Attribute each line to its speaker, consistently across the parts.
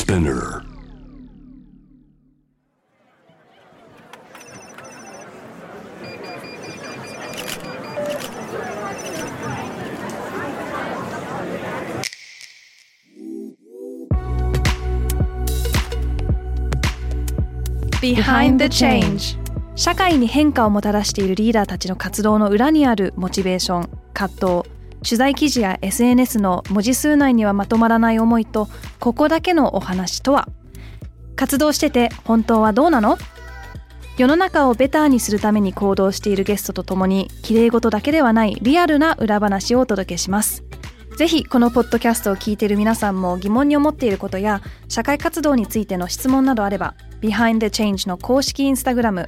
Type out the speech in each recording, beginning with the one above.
Speaker 1: Spinner.
Speaker 2: Behind the Change。 社会に変化をもたらしているリーダーたちの活動の裏にあるモチベーション、葛藤、取材記事や SNS の文字数内にはまとまらない思いと、ここだけのお話とは。活動してて本当はどうなの？世の中をベターにするために行動しているゲストとともに、綺麗事だけではないリアルな裏話をお届けします。ぜひこのポッドキャストを聞いている皆さんも疑問に思っていることや社会活動についての質問などあれば、 Behind the Change の公式インスタグラム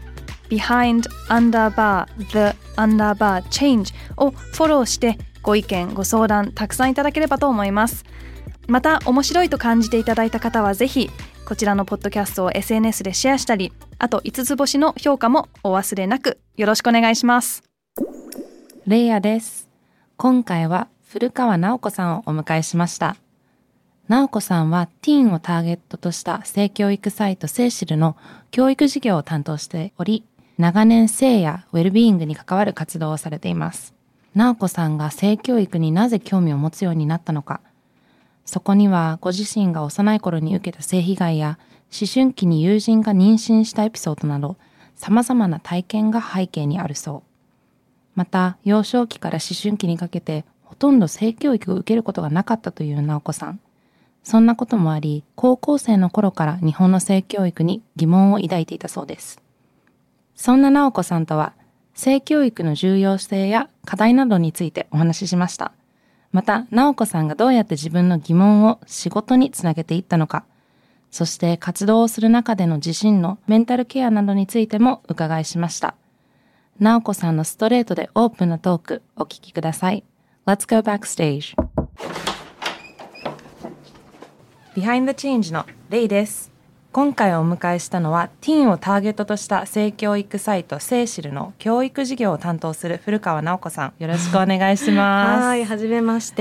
Speaker 2: Behind_the_change をフォローしてご意見ご相談たくさんいただければと思います。また面白いと感じていただいた方はぜひこちらのポッドキャストを SNS でシェアしたり、あと5つ星の評価もお忘れなくよろしくお願いします。
Speaker 3: レイヤです。今回は古川直子さんをお迎えしました。直子さんはティーンをターゲットとした性教育サイトセーシルの教育事業を担当しており、長年性やウェルビーイングに関わる活動をされています。直子さんが性教育になぜ興味を持つようになったのか、そこにはご自身が幼い頃に受けた性被害や思春期に友人が妊娠したエピソードなど様々な体験が背景にあるそう。また幼少期から思春期にかけてほとんど性教育を受けることがなかったという直子さん。そんなこともあり、高校生の頃から日本の性教育に疑問を抱いていたそうです。そんな直子さんとは、性教育の重要性や課題などについてお話ししました。また、直子さんがどうやって自分の疑問を仕事につなげていったのか、そして活動をする中での自身のメンタルケアなどについても伺いしました。直子さんのストレートでオープンなトーク、お聞きください。Let's go backstage. Behind the Change のレイです。今回お迎えしたのはティーンをターゲットとした性教育サイトセーシルの教育事業を担当する古川直子さん、よろしくお願いします。
Speaker 4: はい、はじめまして、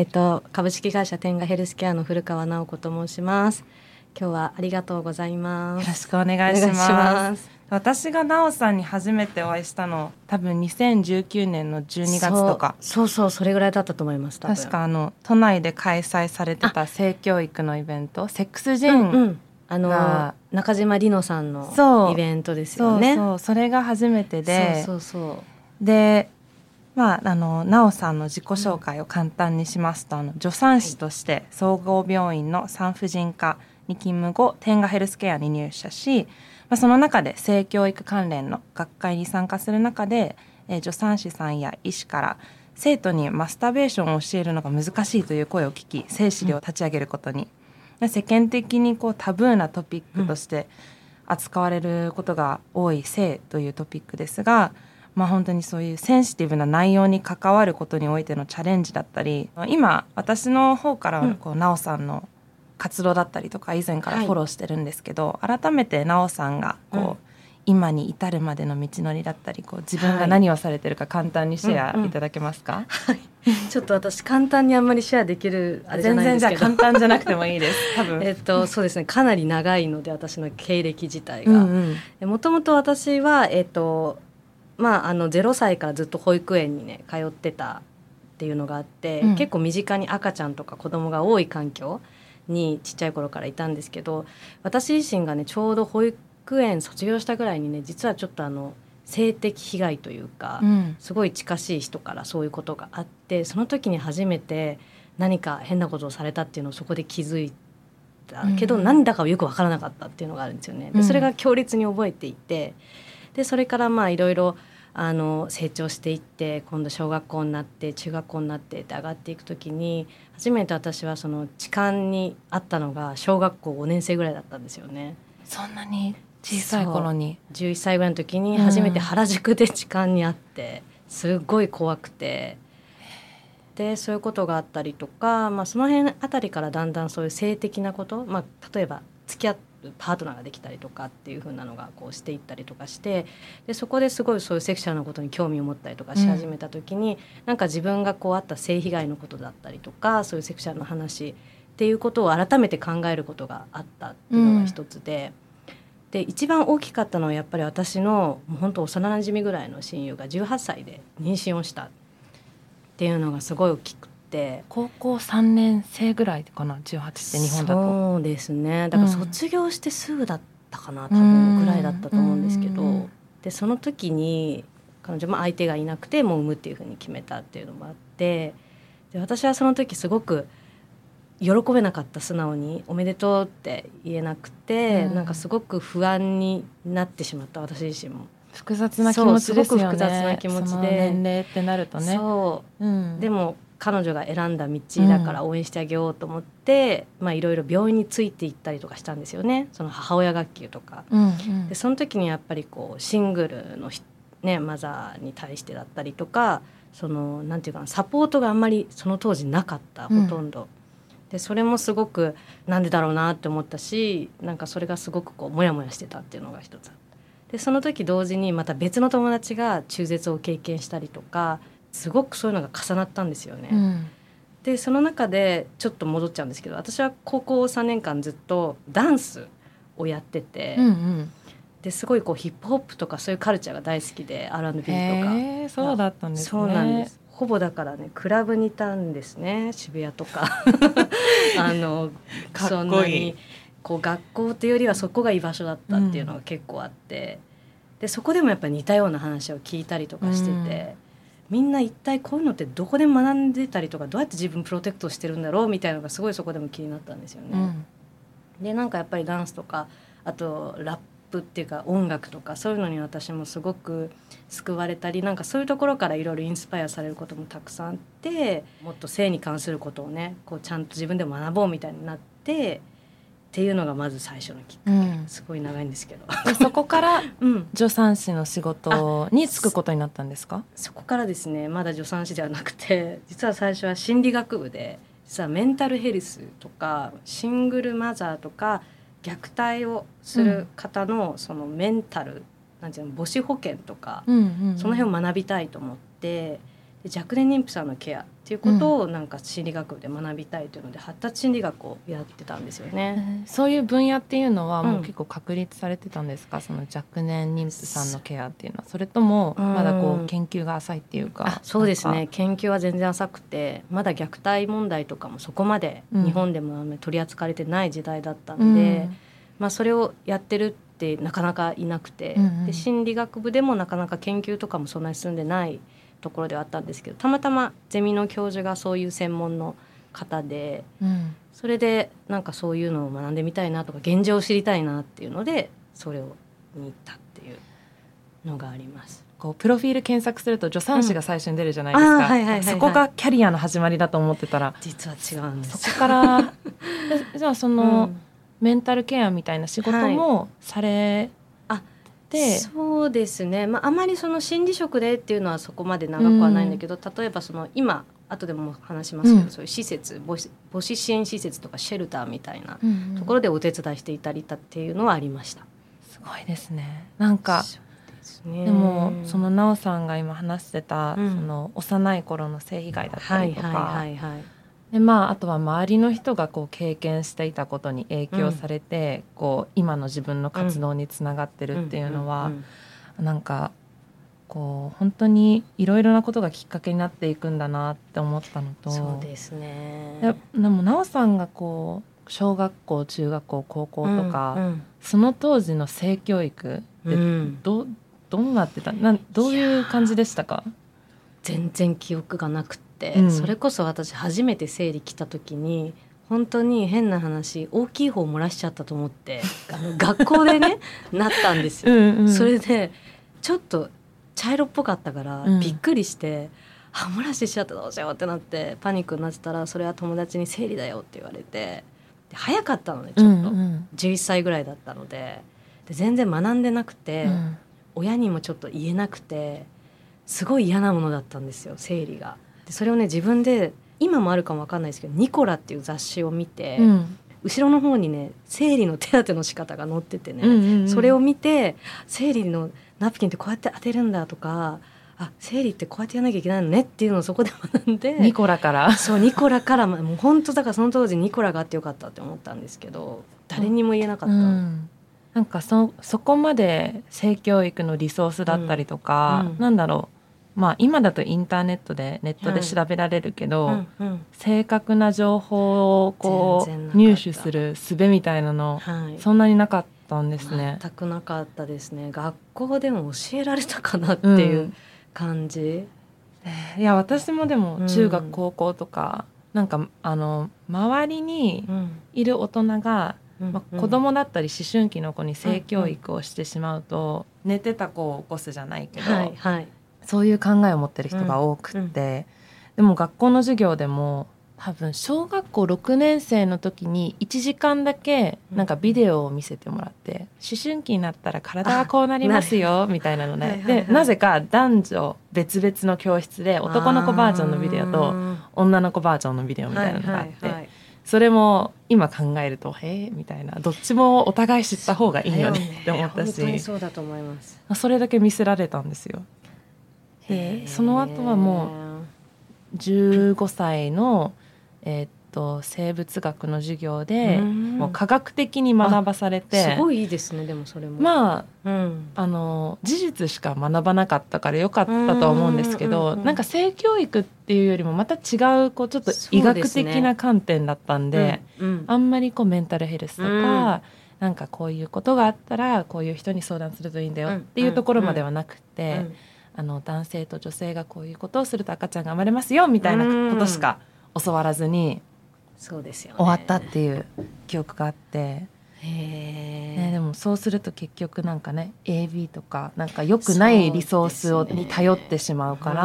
Speaker 4: 株式会社テンガヘルスケアの古川直子と申します。今日はありがとうございます。
Speaker 3: よろしくお願いします。私が直さんに初めてお会いしたの多分2019年の12月とか。
Speaker 4: そうそれぐらいだったと思います。
Speaker 3: 確か都内で開催されてた性教育のイベント、セックスジンが、
Speaker 4: 中島里乃さんのイベントですよね。
Speaker 3: それが初めてで、
Speaker 4: そう
Speaker 3: で、直さんの自己紹介を簡単にしますと、助産師として総合病院の産婦人科に勤務後、テンガヘルスケアに入社し、その中で性教育関連の学会に参加する中で、助産師さんや医師から生徒にマスターベーションを教えるのが難しいという声を聞き、性治療を立ち上げることに、世間的にタブーなトピックとして扱われることが多い性というトピックですが、本当にそういうセンシティブな内容に関わることにおいてのチャレンジだったり、今私の方から直さんの活動だったりとか以前からフォローしてるんですけど、改めて直さんが今に至るまでの道のりだったり、自分が何をされてるか簡単にシェアいただけますか？
Speaker 4: ちょっと私簡単にあんまりシェアできるあれじゃないんですけど、
Speaker 3: 全然じゃあ簡単じゃなくてもいいです多分
Speaker 4: そうですね、かなり長いので私の経歴自体が、もともと私は0歳からずっと保育園にね通ってたっていうのがあって、結構身近に赤ちゃんとか子供が多い環境にちっちゃい頃からいたんですけど、私自身がねちょうど保育園卒業したぐらいにね、実はちょっと性的被害というか、すごい近しい人からそういうことがあって、その時に初めて何か変なことをされたっていうのをそこで気づいたけど、何だかはよく分からなかったっていうのがあるんですよね。でそれが強烈に覚えていて、でそれからいろいろ成長していって、今度小学校になって中学校になってって上がっていくときに、初めて私はその痴漢にあったのが小学校5年生ぐらいだったんですよね。
Speaker 3: そんなに小さい頃に
Speaker 4: 11歳ぐらいの時に初めて原宿で痴漢にあって、すっごい怖くて、でそういうことがあったりとか、その辺あたりからだんだんそういう性的なこと、例えば付き合ってパートナーができたりとかっていう風なのがしていったりとかして、でそこですごいそういうセクシャルなことに興味を持ったりとかし始めた時に、なんか自分があった性被害のことだったりとか、そういうセクシャルな話っていうことを改めて考えることがあったっていうのが一つで、で一番大きかったのはやっぱり私のもう本当幼なじみぐらいの親友が18歳で妊娠をしたっていうのがすごい大きくて、
Speaker 3: 高校3年生ぐらいかな、18って日本だと。
Speaker 4: そうですね、だから卒業してすぐだったかな、多分ぐらいだったと思うんですけど、でその時に彼女も相手がいなくてもう産むっていうふうに決めたっていうのもあって、で私はその時すごく喜べなかった。素直におめでとうって言えなくて、なんかすごく不安になってしまった。私自身も
Speaker 3: 複雑な気持ちですよね。
Speaker 4: すごく複雑な気持ちで、
Speaker 3: その年齢ってなるとね。
Speaker 4: そう、でも彼女が選んだ道だから応援してあげようと思って、いろいろ病院について行ったりとかしたんですよね。その母親学級とか、でその時にやっぱりこうシングルの、マザーに対してだったりとか、そのなんていうかな、サポートがあんまりその当時なかった、ほとんど、でそれもすごくなんでだろうなって思ったし、なんかそれがすごくこうモヤモヤしてたっていうのが一つあった。でその時同時にまた別の友達が中絶を経験したりとか、すごくそういうのが重なったんですよね、でその中でちょっと戻っちゃうんですけど、私は高校3年間ずっとダンスをやってて、ですごいこうヒップホップとかそういうカルチャーが大好きで、 R&B とか。
Speaker 3: そうだったんですね。
Speaker 4: そうなんです。ほぼだからねクラブにいたんですね、渋谷とか
Speaker 3: かっこいい。
Speaker 4: そんなにこう学校っていうよりはそこが居場所だったっていうのが結構あって、でそこでもやっぱり似たような話を聞いたりとかしてて、みんな一体こういうのってどこで学んでたりとか、どうやって自分プロテクトしてるんだろうみたいなのがすごいそこでも気になったんですよね、でなんかやっぱりダンスとか、あとラップっていうか音楽とか、そういうのに私もすごく救われたり、なんかそういうところからいろいろインスパイアされることもたくさんあって、もっと性に関することをねこうちゃんと自分で学ぼうみたいになってっていうのがまず最初のきっかけ、すごい長いんですけど
Speaker 3: でそこから助産師の仕事に就くことになったんですか？
Speaker 4: そこからですね、まだ助産師ではなくて、実は最初は心理学部で、実はメンタルヘルスとかシングルマザーとか虐待をする方のそのメンタル、なんていうの、母子保健とか、その辺を学びたいと思って、で若年妊婦さんのケアっていうことをなんか心理学部で学びたいというので、発達心理学をやってたんですよね、
Speaker 3: そういう分野っていうのはもう結構確立されてたんですか？その若年妊婦さんのケアっていうのは。それともまだこう研究が浅いっていうか。
Speaker 4: そうですね、研究は全然浅くて、まだ虐待問題とかもそこまで日本でも取り扱われてない時代だったので、それをやってるってなかなかいなくて、で心理学部でもなかなか研究とかもそんなに進んでないところではあったんですけど、たまたまゼミの教授がそういう専門の方で、それでなんかそういうのを学んでみたいなとか、現状を知りたいなっていうのでそれをに行ったっていうのがあります。
Speaker 3: こうプロフィール検索すると助産師が最初に出るじゃないですか、そこがキャリアの始まりだと思ってたら、
Speaker 4: 実は違うんです。
Speaker 3: そこからじゃあその、メンタルケアみたいな仕事もされて、
Speaker 4: そうですね、あまりその心理職でっていうのはそこまで長くはないんだけど、例えばその今後でも話しますけど、そういう施設、母子支援施設とかシェルターみたいなところでお手伝いしていたりっていうのはありました。
Speaker 3: すごいですね。なんかでもそのなおさんが今話してた、その幼い頃の性被害だったりとか、であとは周りの人がこう経験していたことに影響されて、こう今の自分の活動につながってるっていうのは、なんかこう本当にいろいろなことがきっかけになっていくんだなって思ったのと、
Speaker 4: そうですね。
Speaker 3: でもなおさんがこう小学校、中学校、高校とか、その当時の性教育ってどうなってた、どういう感じでしたか？
Speaker 4: 全然記憶がなくて、それこそ私初めて生理来た時に本当に変な話、大きい方漏らしちゃったと思って学校でねなったんですよ。それでちょっと茶色っぽかったからびっくりして、漏らしちゃった、どうしようってなってパニックになってたら、それは友達に生理だよって言われて、で早かったのね、ちょっと、11歳ぐらいだったので、全然学んでなくて、親にもちょっと言えなくて、すごい嫌なものだったんですよ、生理が。でそれをね、自分で今もあるかも分かんないですけど、ニコラっていう雑誌を見て、後ろの方にね生理の手当ての仕方が載っててね、それを見て、生理のナプキンってこうやって当てるんだとか、 生理ってこうやってやらなきゃいけないのねっていうのをそこで学んで、
Speaker 3: ニコラから
Speaker 4: そうニコラからもう本当だからその当時ニコラがあってよかったって思ったんですけど、誰にも言えなかった、
Speaker 3: なんかそこまで性教育のリソースだったりとか、なんだろう、今だとインターネットで調べられるけど、正確な情報をこう入手する術みたいなの、そんなになかったんですね。
Speaker 4: 全くなかったですね。学校でも教えられたかなっていう感じ、
Speaker 3: いや私もでも中学、高校とかなんか周りにいる大人が、子供だったり思春期の子に性教育をしてしまうと、寝てた子を起こすじゃないけど、そういう考えを持ってる人が多くって、でも学校の授業でも多分小学校6年生の時に1時間だけなんかビデオを見せてもらって、思春期になったら体はこうなりますよみたいなのね、でなぜか男女別々の教室で男の子バージョンのビデオと女の子バージョンのビデオみたいなのがあって、それも今考えるとみたいな、どっちもお互い知った方がいいよねって思ったし、
Speaker 4: 本当にそうだと思います。
Speaker 3: それだけ見せられたんですよ。でその後はもう15歳の生物学の授業でもう科学的に学ばされて、
Speaker 4: すごいいいですね。でもそれも
Speaker 3: 事実しか学ばなかったからよかったとは思うんですけど、なんか性教育っていうよりもまた違うこうちょっと医学的な観点だったんで、あんまりこうメンタルヘルスとか、なんかこういうことがあったらこういう人に相談するといいんだよっていうところまではなくて、男性と女性がこういうことをすると赤ちゃんが生まれますよみたいなことしか教わらずに
Speaker 4: そうですよね、
Speaker 3: 終わったっていう記憶があって、でもそうすると結局なんかね AV とかなんか良くないリソースに頼ってしまうから、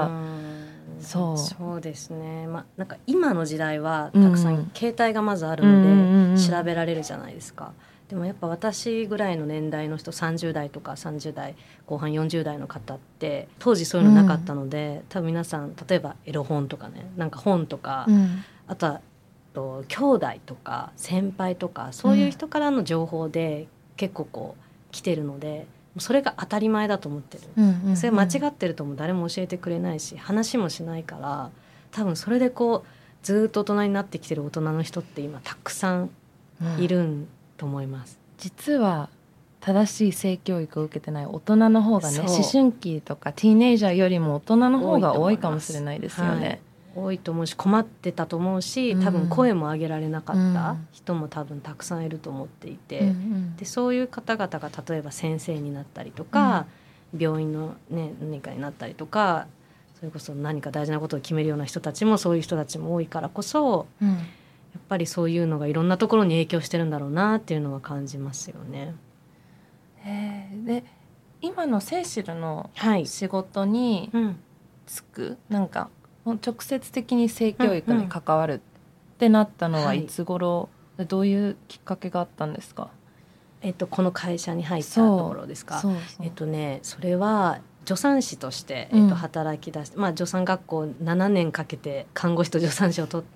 Speaker 4: そうですね、なんか今の時代はたくさん携帯がまずあるので調べられるじゃないですか。でもやっぱ私ぐらいの年代の人、30代とか30代後半40代の方って当時そういうのなかったので、多分皆さん例えばエロ本とかね、なんか本とか、あとは兄弟とか先輩とかそういう人からの情報で結構こう来てるので、それが当たり前だと思ってる、それ間違ってるとも誰も教えてくれないし話もしないから、多分それでこうずっと大人になってきてる大人の人って今たくさんいるんと思います。
Speaker 3: 実は正しい性教育を受けてない大人の方がね、思春期とかティーネイジャーよりも大人の方が多いかもしれないですよね。
Speaker 4: 多いと思うし困ってたと思うし、多分声も上げられなかった人も多分たくさんいると思っていて、でそういう方々が例えば先生になったりとか、病院の、何かになったりとか、それこそ何か大事なことを決めるような人たちもそういう人たちも多いからこそ、やっぱりそういうのがいろんなところに影響してるんだろうなっていうのは感じますよね。
Speaker 3: で今のセイシルの仕事に就く、なんか直接的に性教育に関わるってなったのはいつ頃、どういうきっかけがあったんですか？
Speaker 4: この会社に入ったところですか？それは助産師として、働き出して、助産学校7年かけて看護師と助産師を取って、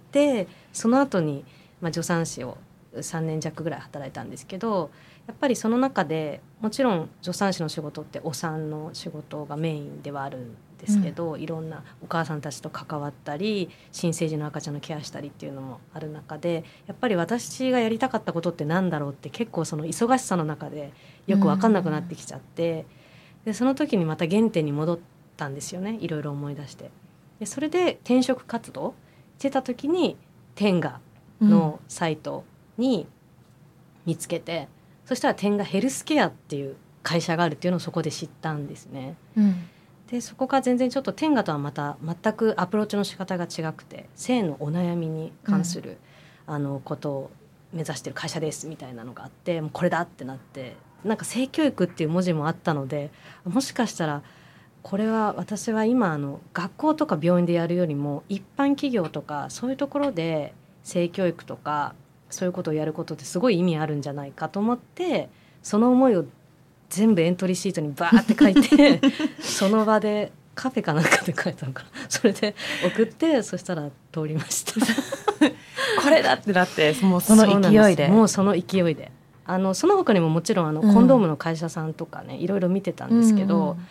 Speaker 4: その後に、助産師を3年弱ぐらい働いたんですけど、やっぱりその中でもちろん助産師の仕事ってお産の仕事がメインではあるんですけど、いろんなお母さんたちと関わったり新生児の赤ちゃんのケアしたりっていうのもある中で、やっぱり私がやりたかったことってなんだろうって結構その忙しさの中でよく分かんなくなってきちゃって、でその時にまた原点に戻ったんですよね、いろいろ思い出して。でそれで転職活動してた時にテンガのサイトに見つけて、そしたらテンガヘルスケアっていう会社があるっていうのをそこで知ったんですね。でそこが全然ちょっとテンガとはまた全くアプローチの仕方が違くて、性のお悩みに関する、ことを目指してる会社ですみたいなのがあって、もうこれだってなって、なんか性教育っていう文字もあったので、もしかしたらこれは私は今学校とか病院でやるよりも一般企業とかそういうところで性教育とかそういうことをやることってすごい意味あるんじゃないかと思って、その思いを全部エントリーシートにバーって書いてその場でカフェかなんかで書いたのかな、それで送って、そしたら通りました
Speaker 3: これだってなって、もうその勢いで、
Speaker 4: もうその勢いで、その他にももちろんコンドームの会社さんとかね、いろいろ見てたんですけど、やっ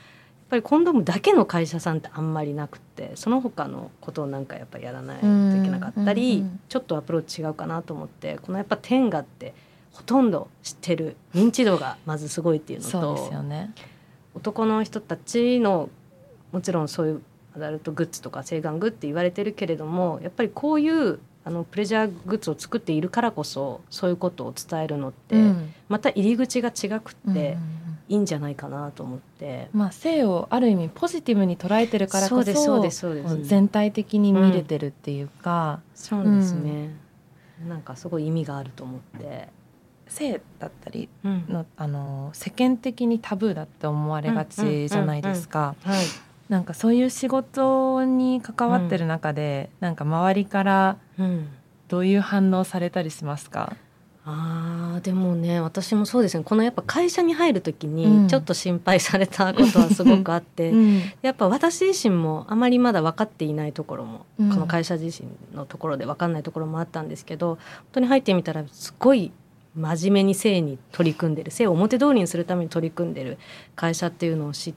Speaker 4: ぱりコンドームだけの会社さんってあんまりなくて、その他のことをなんかやっぱりやらないといけなかったり、ちょっとアプローチ違うかなと思って、このやっぱテンガってほとんど知ってる、認知度がまずすごいっていうのと、
Speaker 3: そうですよね、
Speaker 4: 男の人たちのもちろんそういうアダルトグッズとか性感グッズって言われてるけれども、やっぱりこういうプレジャーグッズを作っているからこそそういうことを伝えるのって、また入り口が違くっていいんじゃないかなと思って、
Speaker 3: 性をある意味ポジティブに捉えてるからこそ
Speaker 4: そうです、
Speaker 3: 全体的に見れてるっていうか、
Speaker 4: そうですね、なんかすごい意味があると思って。
Speaker 3: 性だったりの、世間的にタブーだって思われがちじゃないですか。なんかそういう仕事に関わってる中で、なんか周りからどういう反応されたりしますか？
Speaker 4: でもね、私もそうですね、このやっぱ会社に入る時にちょっと心配されたことはすごくあって、やっぱ私自身もあまりまだ分かっていないところも、この会社自身のところで分かんないところもあったんですけど、本当に入ってみたらすごい真面目に性に取り組んでる、性を表通りにするために取り組んでる会社っていうのを知って、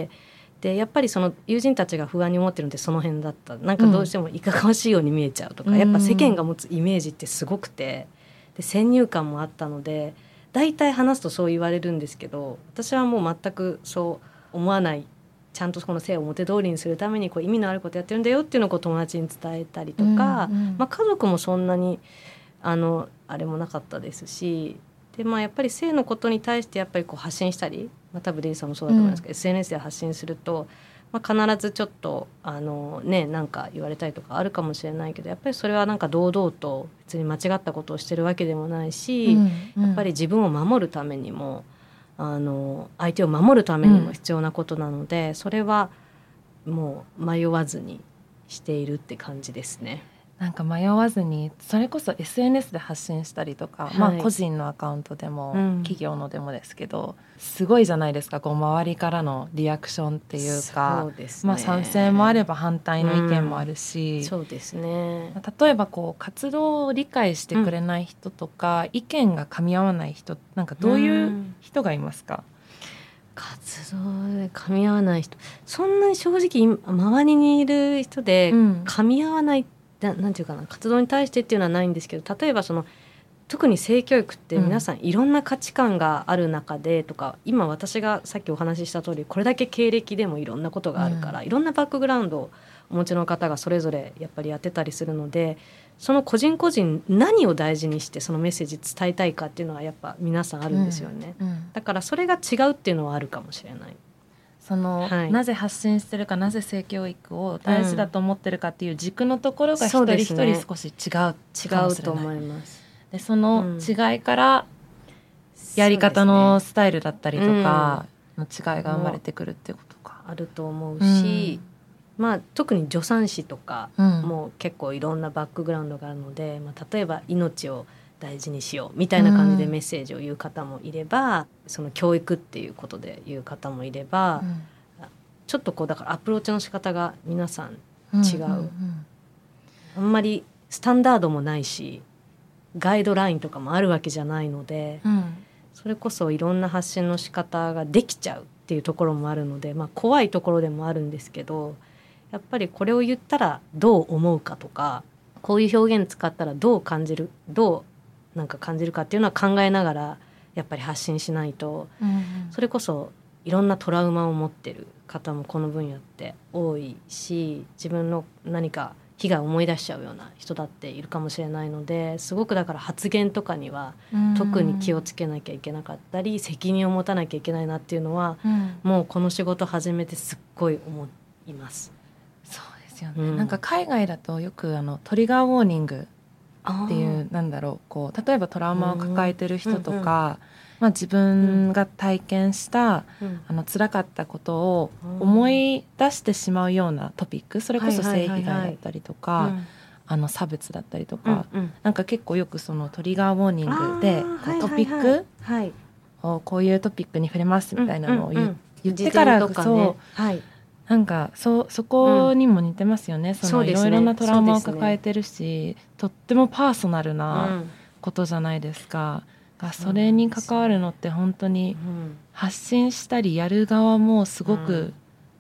Speaker 4: でやっぱりその友人たちが不安に思ってるのってその辺だった。なんかどうしてもいかがわしいように見えちゃうとか、やっぱ世間が持つイメージってすごくて、で先入観もあったので、大体話すとそう言われるんですけど、私はもう全くそう思わない、ちゃんとこの性を表通りにするためにこう意味のあることやってるんだよっていうのをこう友達に伝えたりとか、家族もそんなにあれもなかったですし、で、やっぱり性のことに対してやっぱりこう発信したり、多分デイさんもそうだと思いますけど、SNS で発信すると、必ずちょっとなんか言われたりとかあるかもしれないけど、やっぱりそれはなんか堂々と別に間違ったことをしてるわけでもないし、やっぱり自分を守るためにも相手を守るためにも必要なことなので、それはもう迷わずにしているって感じですね。
Speaker 3: なんか迷わずに、それこそ SNS で発信したりとか、個人のアカウントでも、企業のでもですけど、すごいじゃないですか、こう周りからのリアクションっていうか、
Speaker 4: そうですね、
Speaker 3: 賛成もあれば反対の意見もあるし、
Speaker 4: そうですね、
Speaker 3: 例えばこう活動を理解してくれない人とか、意見が噛み合わない人、なんかどういう人がいますか？
Speaker 4: 活動で噛み合わない人、そんなに正直周りにいる人で噛み合わない、なんていうかな、活動に対してっていうのはないんですけど、例えば特に性教育って皆さんいろんな価値観がある中でとか、今私がさっきお話しした通り、これだけ経歴でもいろんなことがあるから、いろんなバックグラウンドをお持ちの方がそれぞれやっぱりやってたりするので、その個人個人何を大事にしてそのメッセージ伝えたいかっていうのはやっぱ皆さんあるんですよね、だからそれが違うっていうのはあるかもしれない。
Speaker 3: なぜ発信してるか、なぜ性教育を大事だと思ってるかっていう軸のところが一人一人少し違う
Speaker 4: と思います。
Speaker 3: でその違いからやり方のスタイルだったりとかの違いが生まれてくるっていうことか、
Speaker 4: あると思うし、特に助産師とかも結構いろんなバックグラウンドがあるので、例えば命を大事にしようみたいな感じでメッセージを言う方もいれば、その教育っていうことで言う方もいれば、ちょっとこうだからアプローチの仕方が皆さん違う、あんまりスタンダードもないしガイドラインとかもあるわけじゃないので、それこそいろんな発信の仕方ができちゃうっていうところもあるので、怖いところでもあるんですけど、やっぱりこれを言ったらどう思うかとか、こういう表現使ったらどう感じるかっていうのは考えながらやっぱり発信しないと、それこそいろんなトラウマを持ってる方もこの分野って多いし、自分の何か被害を思い出しちゃうような人だっているかもしれないので、すごくだから発言とかには特に気をつけなきゃいけなかったり、責任を持たなきゃいけないなっていうのは、もうこの仕事始めてすっごい思います。
Speaker 3: そうですよね、なんか海外だとよくトリガーウォーニングっていう、こう例えばトラウマを抱えてる人とか、自分が体験した、辛かったことを思い出してしまうようなトピック、それこそ性被害だったりとか、差別だったりとか、なんか結構よくそのトリガーウォーニングでトピックをこういうトピックに触れますみたいなのを言ってから、なんかそこにも似てますよね。いろいろなトラウマを抱えてるし、とってもパーソナルなことじゃないですか。それに関わるのって本当に発信したりやる側もすごく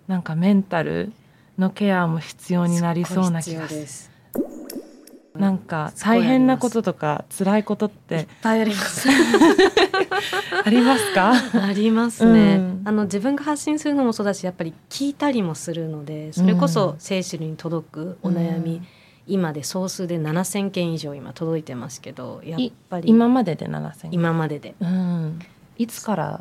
Speaker 3: なんかメンタルのケアも必要になりそうな気がする。なんか大変なこととか辛いことって
Speaker 4: いっぱいあります
Speaker 3: ありますか？
Speaker 4: ありますね、自分が発信するのもそうだし、やっぱり聞いたりもするので、それこそ聖子に届くお悩み、今で総数で7000件以上今届いてますけど、やっぱり
Speaker 3: 今までで7000件、
Speaker 4: 今までで、
Speaker 3: いつから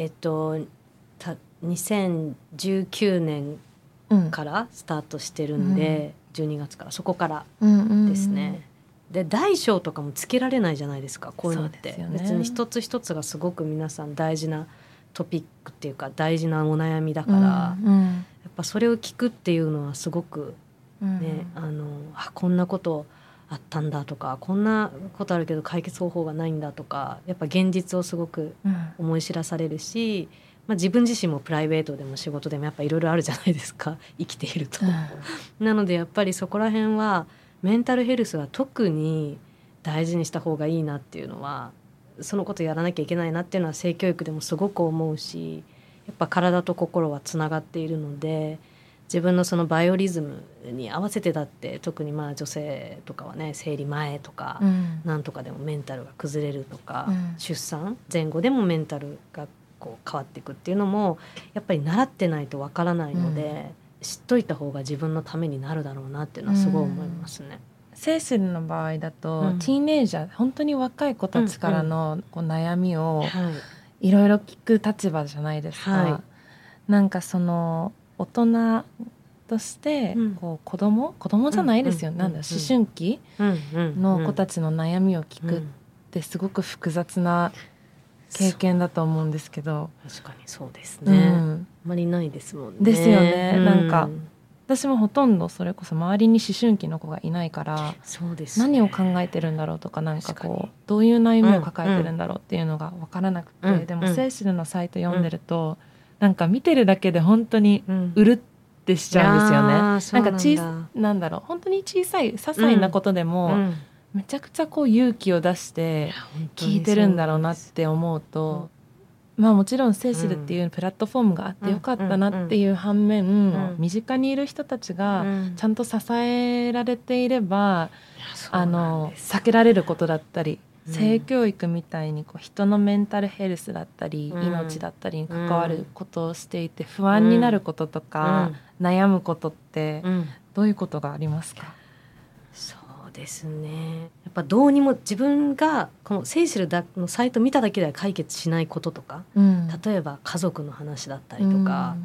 Speaker 4: 2019年からスタートしてるんで、12月からそこからですね、で大小とかもつけられないじゃないですか、こういうのって、ね、別に一つ一つがすごく皆さん大事なトピックっていうか大事なお悩みだから、やっぱそれを聞くっていうのはすごくね、こんなことあったんだとか、こんなことあるけど解決方法がないんだとか、やっぱ現実をすごく思い知らされるし、自分自身もプライベートでも仕事でもやっぱいろいろあるじゃないですか、生きていると、なのでやっぱりそこら辺はメンタルヘルスは特に大事にした方がいいなっていうのは、そのことやらなきゃいけないなっていうのは性教育でもすごく思うし、やっぱ体と心はつながっているので、自分のそのバイオリズムに合わせてだって、特に女性とかはね、生理前とか、なんとかでもメンタルが崩れるとか、出産前後でもメンタルがこう変わっていくっていうのもやっぱり習ってないとわからないので、知っといた方が自分のためになるだろうなっていうのはすごい思いますね。
Speaker 3: セーシルの場合だと、ティーンエイジャー、本当に若い子たちからのこう悩みをいろいろ聞く立場じゃないですか、なんかその大人としてこう子供じゃないですよ、なんだ思春期の子たちの悩みを聞くってすごく複雑な経験だと思うんですけど、
Speaker 4: 確かにそうですね、あまりないですもんね。
Speaker 3: ですよね、なんか私もほとんどそれこそ周りに思春期の子がいないから、
Speaker 4: そうですね、
Speaker 3: 何を考えてるんだろうとか、なんかこうどういう悩みを抱えてるんだろうっていうのが分からなくて、でもセーシルのサイト読んでると、なんか見てるだけで本当にうるってしちゃうんですよね、なんだろう、本当に小さい些細なことでも、めちゃくちゃこう勇気を出して聞いてるんだろうなって思うと、もちろんセーシルっていうプラットフォームがあってよかったなっていう反面、身近にいる人たちがちゃんと支えられていれば、避けられることだったり、性教育みたいにこう人のメンタルヘルスだったり、命だったりに関わることをしていて、不安になることとか、悩むことってどういうことがありますか？
Speaker 4: そうですね、やっぱどうにも自分がこのセーシルのサイト見ただけでは解決しないこととか、例えば家族の話だったりとか、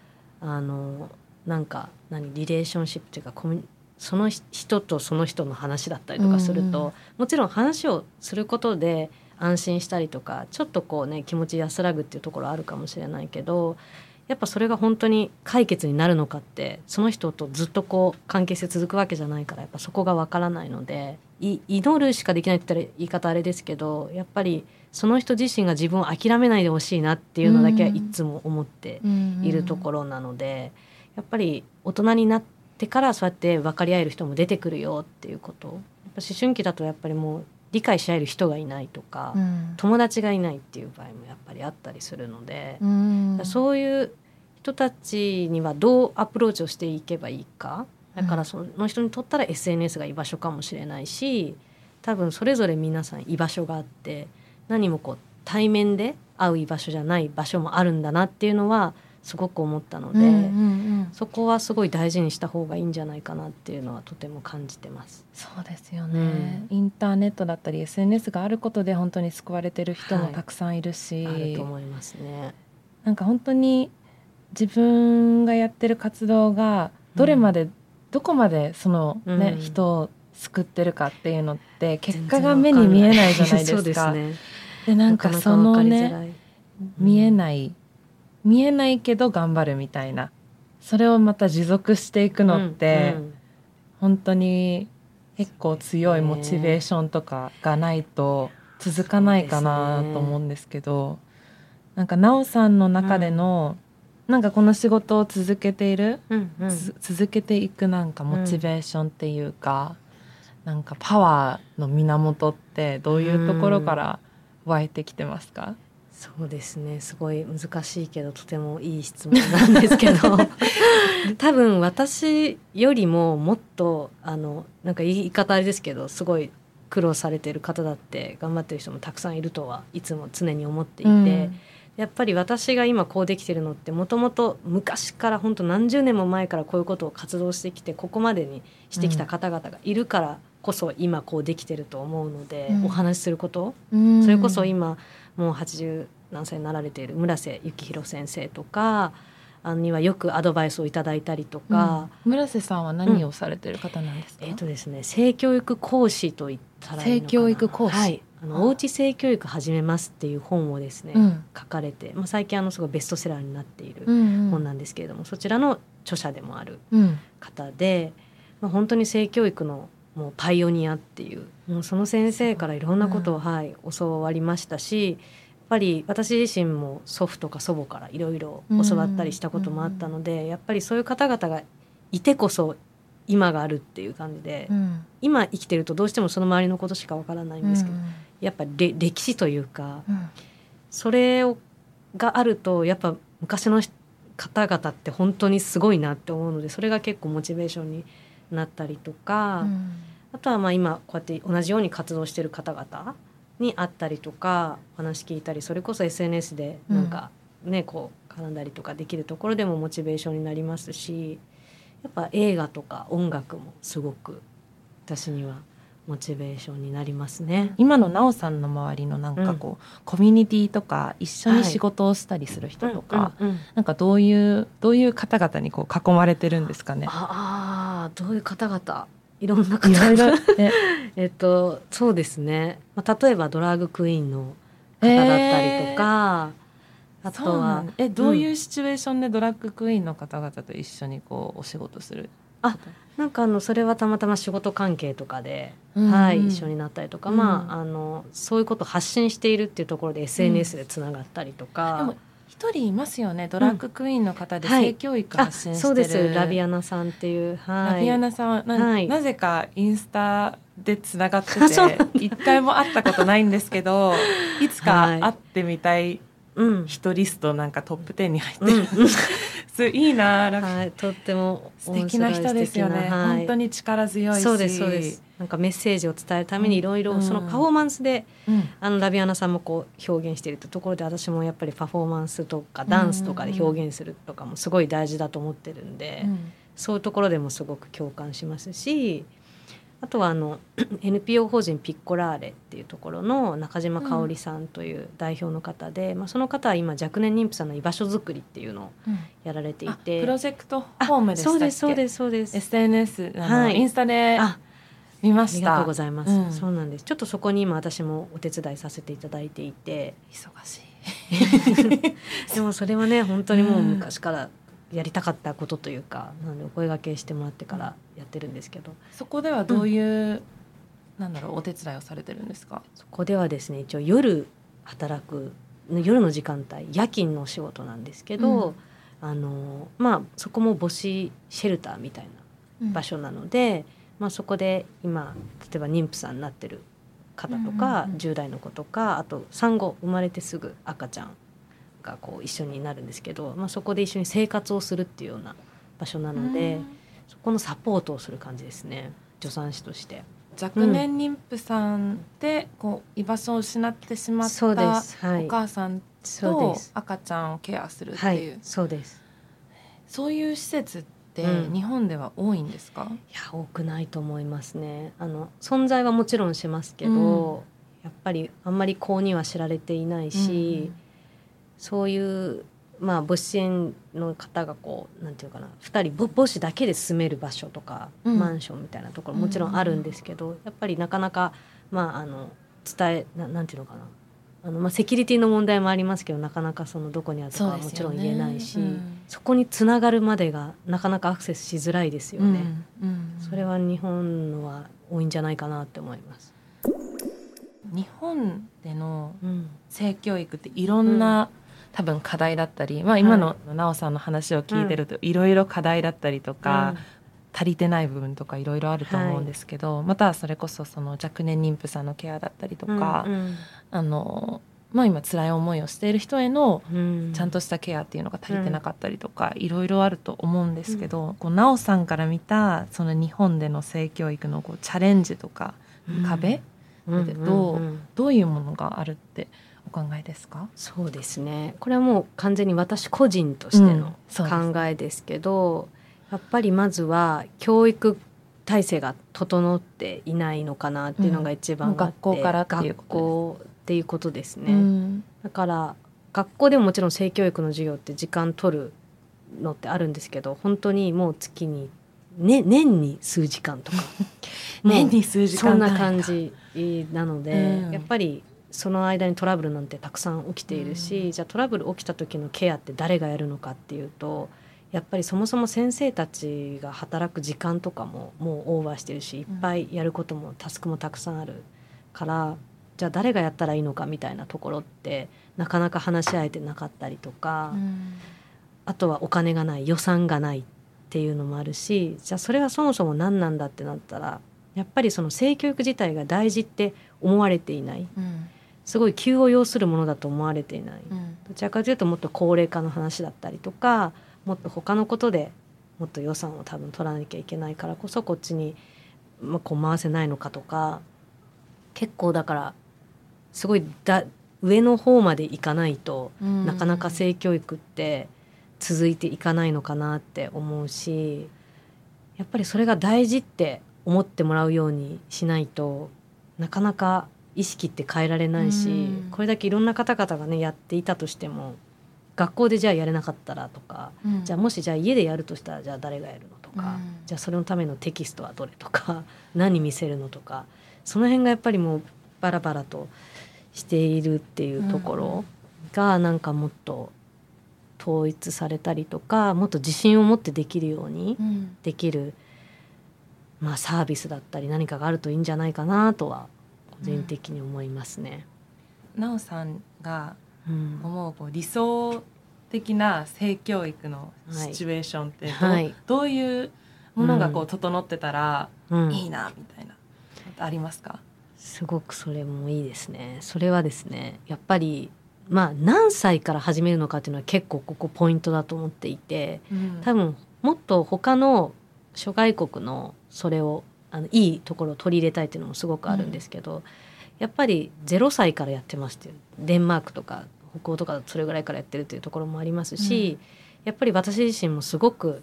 Speaker 4: なんかリレーションシップっていうかその人とその人の話だったりとかすると、もちろん話をすることで安心したりとか、ちょっとこうね気持ち安らぐっていうところあるかもしれないけど、やっぱそれが本当に解決になるのかって、その人とずっとこう関係性続くわけじゃないから、やっぱそこがわからないので、祈るしかできないって言ったら言い方あれですけど、やっぱりその人自身が自分を諦めないでほしいなっていうのだけはいつも思っているところなので、やっぱり大人になってからそうやって分かり合える人も出てくるよっていうこと、やっぱ思春期だとやっぱりもう理解し合える人がいないとか、友達がいないっていう場合もやっぱりあったりするので、そういう人たちにはどうアプローチをしていけばいいか、だからその人にとったら SNS が居場所かもしれないし、多分それぞれ皆さん居場所があって、何もこう対面で会う居場所じゃない場所もあるんだなっていうのはすごく思ったので、そこはすごい大事にした方がいいんじゃないかなっていうのはとても感じてます。
Speaker 3: そうですよね、インターネットだったり SNS があることで本当に救われてる人もたくさんいるし、
Speaker 4: あると思いますね。
Speaker 3: なんか本当に自分がやってる活動がどこまでその、人を救ってるかっていうのって結果が目に見えないじゃないですか。そうですね。でなんかそのね、見えないけど頑張るみたいな、それをまた持続していくのって、本当に結構強いモチベーションとかがないと続かないかなと思うんですけど、なんかなおさんの中での、なんかこの仕事を続けている、続けていくなんかモチベーションっていうか、なんかパワーの源ってどういうところから湧いてきてますか？
Speaker 4: そうですね、すごい難しいけどとてもいい質問なんですけど多分私よりももっとなんか言い方あれですけどすごい苦労されてる方だって頑張ってる人もたくさんいるとはいつも常に思っていて、やっぱり私が今こうできてるのってもともと昔から本当何十年も前からこういうことを活動してきてここまでにしてきた方々がいるからこそ今こうできてると思うので、お話しすること、それこそ今もう80何歳になられている村瀬幸弘先生とかにはよくアドバイスをいただいたりとか、
Speaker 3: 村瀬さんは何をされてる方なんですか？
Speaker 4: ですね、性教育講師と言ったらいいのかな。
Speaker 3: 性教育講師、
Speaker 4: はい、おうち性教育始めますっていう本をですね、書かれて、最近すごいベストセラーになっている本なんですけれども、そちらの著者でもある方で、本当に性教育のもうパイオニアっていう、もうその先生からいろんなことを、教わりましたし、やっぱり私自身も祖父とか祖母からいろいろ教わったりしたこともあったので、やっぱりそういう方々がいてこそ今があるっていう感じで、今生きてるとどうしてもその周りのことしかわからないんですけど、やっぱり歴史というか、それがあるとやっぱ昔の方々って本当にすごいなって思うので、それが結構モチベーションになったりとか、あとは今こうやって同じように活動してる方々に会ったりとか話聞いたり、それこそ SNS でなんかね、こう絡んだりとかできるところでもモチベーションになりますし、やっぱ映画とか音楽もすごく私にはモチベーションになりますね。
Speaker 3: 今のなおさんの周りのなんかこう、コミュニティとか一緒に仕事をしたりする人とか、なんかどういう方々にこう囲まれてるんですかね。
Speaker 4: どういう方々、いろんな方々そうですね、例えばドラァグクイーンの方だったりとか、あとは
Speaker 3: どういうシチュエーションでドラッグクイーンの方々と一緒にこうお仕事する？
Speaker 4: なんかそれはたまたま仕事関係とかで、一緒になったりとか、そういうことを発信しているっていうところで SNS でつながったりとか、
Speaker 3: でも一人いますよね、ドラッグクイーンの方で性教育発信してる、
Speaker 4: そうです、ラビアナさんっていう、
Speaker 3: ラビアナさんはなぜかインスタでつながってて一回も会ったことないんですけどいつか会ってみたい人リストなんかトップ10に入ってる、いいな、
Speaker 4: とっても
Speaker 3: 素敵な人ですよね、本当に力強いし、
Speaker 4: そうです、なんかメッセージを伝えるためにいろいろそのパフォーマンスで、ラビアナさんもこう表現しているところで、私もやっぱりパフォーマンスとかダンスとかで表現するとかもすごい大事だと思ってるんで、そういうところでもすごく共感しますし、あとはNPO 法人ピッコラーレっていうところの中島香織さんという代表の方で、その方は今若年妊婦さんの居場所づくりっていうのをやられていて、
Speaker 3: プロジェクトホームでしたっけ？
Speaker 4: そうです
Speaker 3: SNS インスタで見ました。
Speaker 4: ありがとうございます、そうなんです。ちょっとそこに今私もお手伝いさせていただいていて、
Speaker 3: 忙しい
Speaker 4: でもそれはね本当にもう昔からやりたかったことというか、なのでお声掛けしてもらってからやってるんですけど、
Speaker 3: そこではどういう、お手伝いをされてるんですか？
Speaker 4: そこではですね、一応夜働く夜の時間帯夜勤のお仕事なんですけど、そこも母子シェルターみたいな場所なので、そこで今例えば妊婦さんになってる方とか、10代の子とか、あと産後生まれてすぐ赤ちゃんがこう一緒になるんですけど、そこで一緒に生活をするっていうような場所なので、そこのサポートをする感じですね、助産師として。
Speaker 3: 若年妊婦さんでこう居場所を失ってしまったお母さんと赤ちゃんをケアするっていう、
Speaker 4: そうです。
Speaker 3: そういう施設って日本では多いんですか？
Speaker 4: いや多くないと思いますね。存在はもちろんしますけど、やっぱりあんまり公には知られていないし、そういう母子園の方がこうなんていうかな、2人母子だけで住める場所とか、マンションみたいなところもちろんあるんですけど、やっぱりなかなか伝えなんていうのかな、セキュリティの問題もありますけど、なかなかそのどこにあるとかはもちろん言えないし、そこにつながるまでがなかなかアクセスしづらいですよね、それは日本のは多いんじゃないかなって思います。
Speaker 3: 日本での性教育っていろんな、多分課題だったり、今のなおさんの話を聞いてるといろいろ課題だったりとか、足りてない部分とかいろいろあると思うんですけど、またそれこそその若年妊婦さんのケアだったりとか、 今辛い思いをしている人への
Speaker 4: うん
Speaker 3: ちゃんとしたケアっていうのが足りてなかったりとか、いろいろあると思うんですけど、こうなおさんから見たその日本での性教育のこうチャレンジとか壁、どういうものがあるってお考えですか？
Speaker 4: そうですね、これはもう完全に私個人としての考えですけど、やっぱりまずは教育体制が整っていないのかなっていうのが一番あって、
Speaker 3: 学校からっていうことです。
Speaker 4: 学校っていうことですね、だから学校でももちろん性教育の授業って時間取るのってあるんですけど、本当にもう月に、年に数時間とか
Speaker 3: 年に数時間
Speaker 4: そんな感じなので、
Speaker 3: うん
Speaker 4: やっぱりその間にトラブルなんてたくさん起きているし、じゃあトラブル起きた時のケアって誰がやるのかっていうと、やっぱりそもそも先生たちが働く時間とかももうオーバーしてるし、いっぱいやることもタスクもたくさんあるから、じゃあ誰がやったらいいのかみたいなところってなかなか話し合えてなかったりとか、あとはお金がない、予算がないっていうのもあるし、じゃあそれはそもそも何なんだってなったら、やっぱりその性教育自体が大事って思われていない、すごい急を要するものだと思われていない、どちらかというともっと高齢化の話だったりとか、もっと他のことでもっと予算を多分取らなきゃいけないからこそこっちに、こう回せないのかとか、結構だからすごい上の方までいかないと、なかなか性教育って続いていかないのかなって思うし、やっぱりそれが大事って思ってもらうようにしないとなかなか意識って変えられないし、これだけいろんな方々がねやっていたとしても、学校でじゃあやれなかったらとか、じゃあもしじゃあ家でやるとしたらじゃあ誰がやるのとか、じゃあそれのためのテキストはどれとか何見せるのとか、その辺がやっぱりもうバラバラとしているっていうところが、なんかもっと統一されたりとか、もっと自信を持ってできるようにできる、サービスだったり何かがあるといいんじゃないかなとは個人的に思いますね。
Speaker 3: なおさんが思うこう理想的な性教育のシチュエーションって、どういうものがこう整ってたらいいなみたいな、ありますか？
Speaker 4: すごくそれもいいですね。それはですね、やっぱり何歳から始めるのかっていうのは結構ここポイントだと思っていて、多分もっと他の諸外国のそれをいいところを取り入れたいっていうのもすごくあるんですけど、やっぱり0歳からやってまして、デンマークとか北欧とかそれぐらいからやってるっていうところもありますし、やっぱり私自身もすごく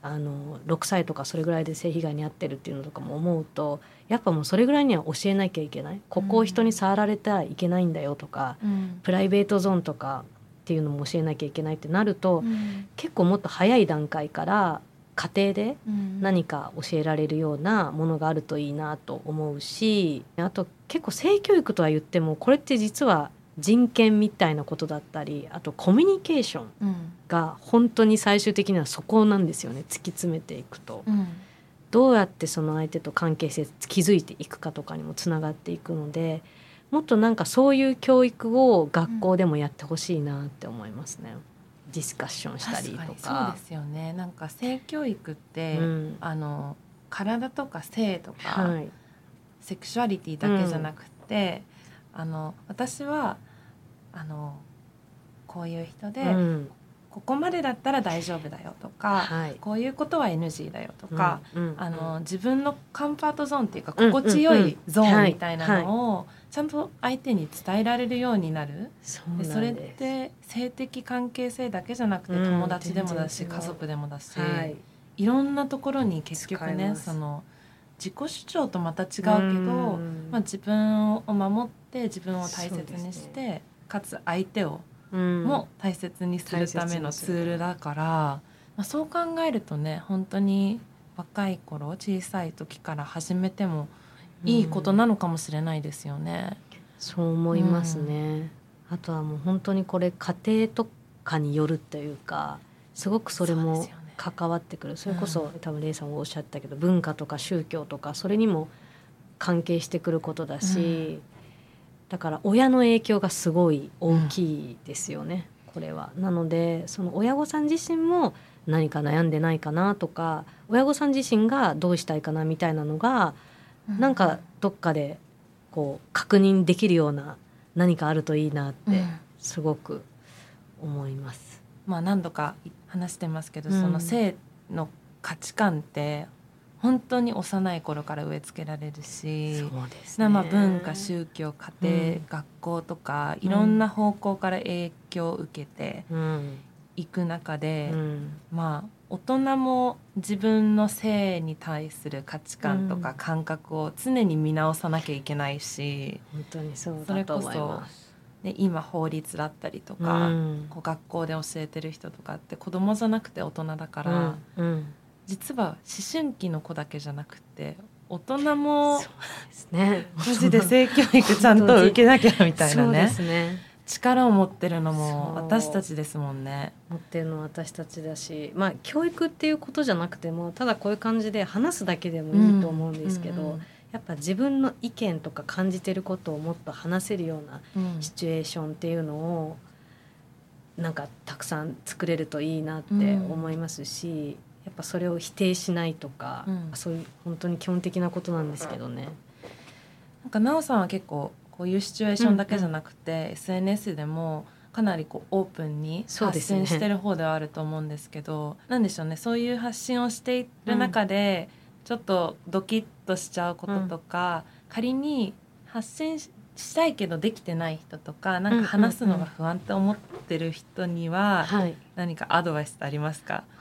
Speaker 4: 6歳とかそれぐらいで性被害に遭ってるっていうのとかも思うと、やっぱもうそれぐらいには教えなきゃいけない、ここを人に触られたらいけないんだよとか、プライベートゾーンとかっていうのも教えなきゃいけないってなると、結構もっと早い段階から家庭で何か教えられるようなものがあるといいなと思うし、あと結構性教育とは言ってもこれって実は人権みたいなことだったり、あとコミュニケーションが本当に最終的にはそこなんですよね。突き詰めていくと、どうやってその相手と関係性築いていくかとかにもつながっていくので、もっとなんかそういう教育を学校でもやってほしいなって思いますね。ディスカッションしたりとか。
Speaker 3: そうですよね。なんか性教育って、体とか性とか、セクシュアリティだけじゃなくて、私はこういう人で、ここまでだったら大丈夫だよとか、こういうことは NG だよとか、自分のカンファートゾーンっていうか心地よいゾーンみたいなのをちゃんと相手に伝えられるようになる。でそれって性的関係性だけじゃなくて、友達でもだし家族でもだし、いろんなところに結局ね、その自己主張とまた違うけど、自分を守って自分を大切にして、かつ相手をも大切にするためのツールだから、そう考えるとね、本当に若い頃小さい時から始めてもいいことなのかもしれないですよね。
Speaker 4: そう思いますね。あとはもう本当にこれ家庭とかによるというか、すごくそれも関わってくる。それこそ多分レイさんもおっしゃったけど、文化とか宗教とかそれにも関係してくることだし、だから親の影響がすごい大きいですよね、これは。なのでその親御さん自身も何か悩んでないかなとか、親御さん自身がどうしたいかなみたいなのが、なんかどっかでこう確認できるような何かあるといいなってすごく思います。
Speaker 3: まあ何度か話してますけど、その性の価値観って本当に幼い頃から植え付けられるし、
Speaker 4: そうですね、
Speaker 3: まあ文化、宗教、家庭、学校とかいろんな方向から影響を受けていく中で、まあ大人も自分の性に対する価値観とか感覚を常に見直さなきゃいけないし、
Speaker 4: 本当にそうだと思います。
Speaker 3: で今法律だったりとか、こう学校で教えてる人とかって子供じゃなくて大人だから、実は思春期の子だけじゃなくて大人もマジで性教育ちゃんと受けなきゃみたいなね、力を持ってるのも私たちですもんね。
Speaker 4: 持ってるのは私たちだし、まあ教育っていうことじゃなくてもただこういう感じで話すだけでもいいと思うんですけど、やっぱ自分の意見とか感じてることをもっと話せるようなシチュエーションっていうのをなんかたくさん作れるといいなって思いますし、やっぱそれを否定しないとか、そういう本当に基本的なことなんですけどね。
Speaker 3: なんかなおさんは結構こういうシチュエーションだけじゃなくて、SNS でもかなりこうオープンに発信してる方ではあると思うんですけど、なんでしょうね、そういう発信をしている中で、ちょっとドキッとしちゃうこととか、仮に発信したいけどできてない人とか、なんか話すのが不安って思ってる人には何かアドバイスありますか？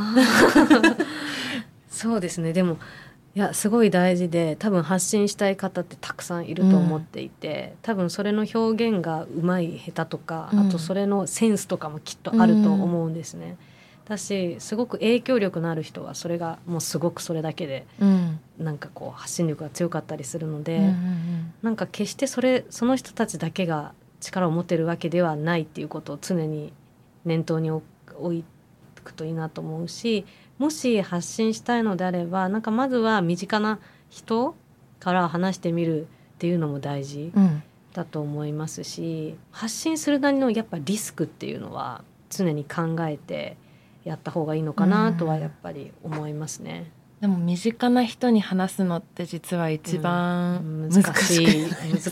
Speaker 4: そうですね、でもいやすごい大事で、多分発信したい方ってたくさんいると思っていて、多分それの表現がうまい下手とか、あとそれのセンスとかもきっとあると思うんですね。だしすごく影響力のある人はそれがもうすごくそれだけで、なんかこう発信力が強かったりするので、なんか決してその人たちだけが力を持ってるわけではないっていうことを常に念頭に置いくといいなと思うし、もし発信したいのであればなんかまずは身近な人から話してみるっていうのも大事だと思いますし、発信するなりのやっぱリスクっていうのは常に考えてやった方がいいのかなとはやっぱり思いますね。
Speaker 3: でも身近な人に話すのって実は一番難しいです。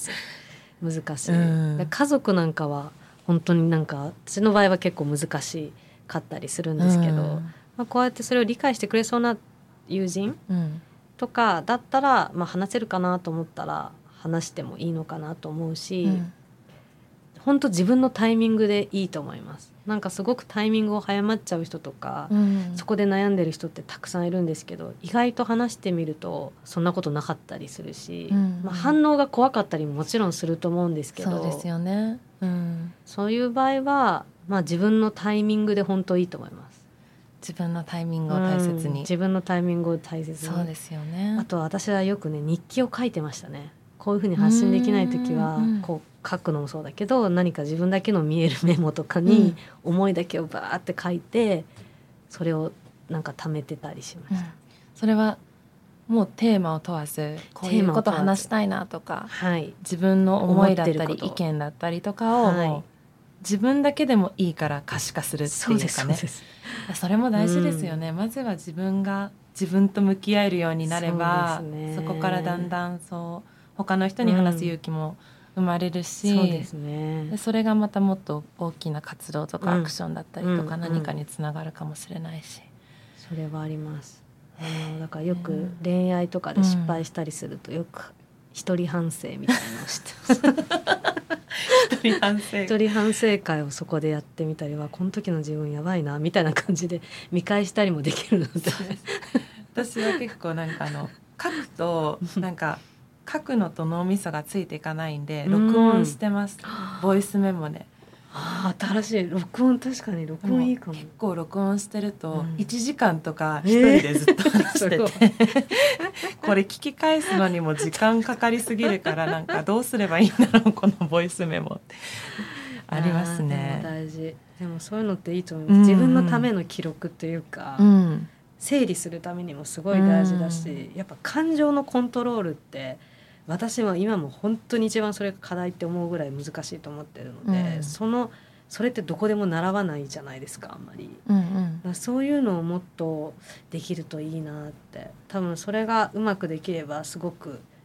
Speaker 4: 難しい、家族なんかは本当になんか私の場合は結構難しかったりするんですけど、まあ、こうやってそれを理解してくれそうな友人とかだったら、まあ、話せるかなと思ったら話してもいいのかなと思うし、本当自分のタイミングでいいと思います。なんかすごくタイミングを早まっちゃう人とか、そこで悩んでる人ってたくさんいるんですけど、意外と話してみるとそんなことなかったりするし、まあ、反応が怖かったりももちろんすると思うんですけど、
Speaker 3: そうですよね、
Speaker 4: そういう場合は、まあ、自分のタイミングで本当いいと思います。
Speaker 3: 自分のタイミングを大切に、
Speaker 4: 自分のタイミングを大切に。
Speaker 3: そうですよね。
Speaker 4: あと私はよくね日記を書いてましたね。こういうふうに発信できない時はこう書くのもそうだけど、何か自分だけの見えるメモとかに思いだけをバーって書いて、それをなんか貯めてたりしました。
Speaker 3: それはもうテーマを問わず、こういうこと話したいなとか、自分の思いだったり意見だったりとかをもう自分だけでもいいから可視化するっていうかね。それも大事ですよね、まずは自分が自分と向き合えるようになれば、 そこからだんだんそう他の人に話す勇気も生まれるし、
Speaker 4: そうですね、
Speaker 3: でそれがまたもっと大きな活動とかアクションだったりとか何かにつながるかもしれないし、
Speaker 4: それはあります。だからよく恋愛とかで失敗したりするとよく一人反省みたいなのをしてます一人反省会をそこでやってみたりは、この時の自分やばいなみたいな感じで見返したりもできるので
Speaker 3: 私は結構なんか書くとなんか書くのと脳みそがついていかないんで録音してます、ボイスメモで。
Speaker 4: 新しい録音、確かに録音いいかも。
Speaker 3: 結構録音してると1時間とか一人でずっと話してて、これ聞き返すのにも時間かかりすぎるから、なんかどうすればいいんだろうこのボイスメモってありますね。
Speaker 4: でも大事。でもそういうのっていいと思います、自分のための記録というか、整理するためにもすごい大事だし、やっぱ感情のコントロールって私は今も本当に一番それが課題って思うぐらい難しいと思ってるので、それってどこでも習わないじゃないですか、あんまり、だからそういうのをもっとできるといいなって。多分それがうまくできればすごく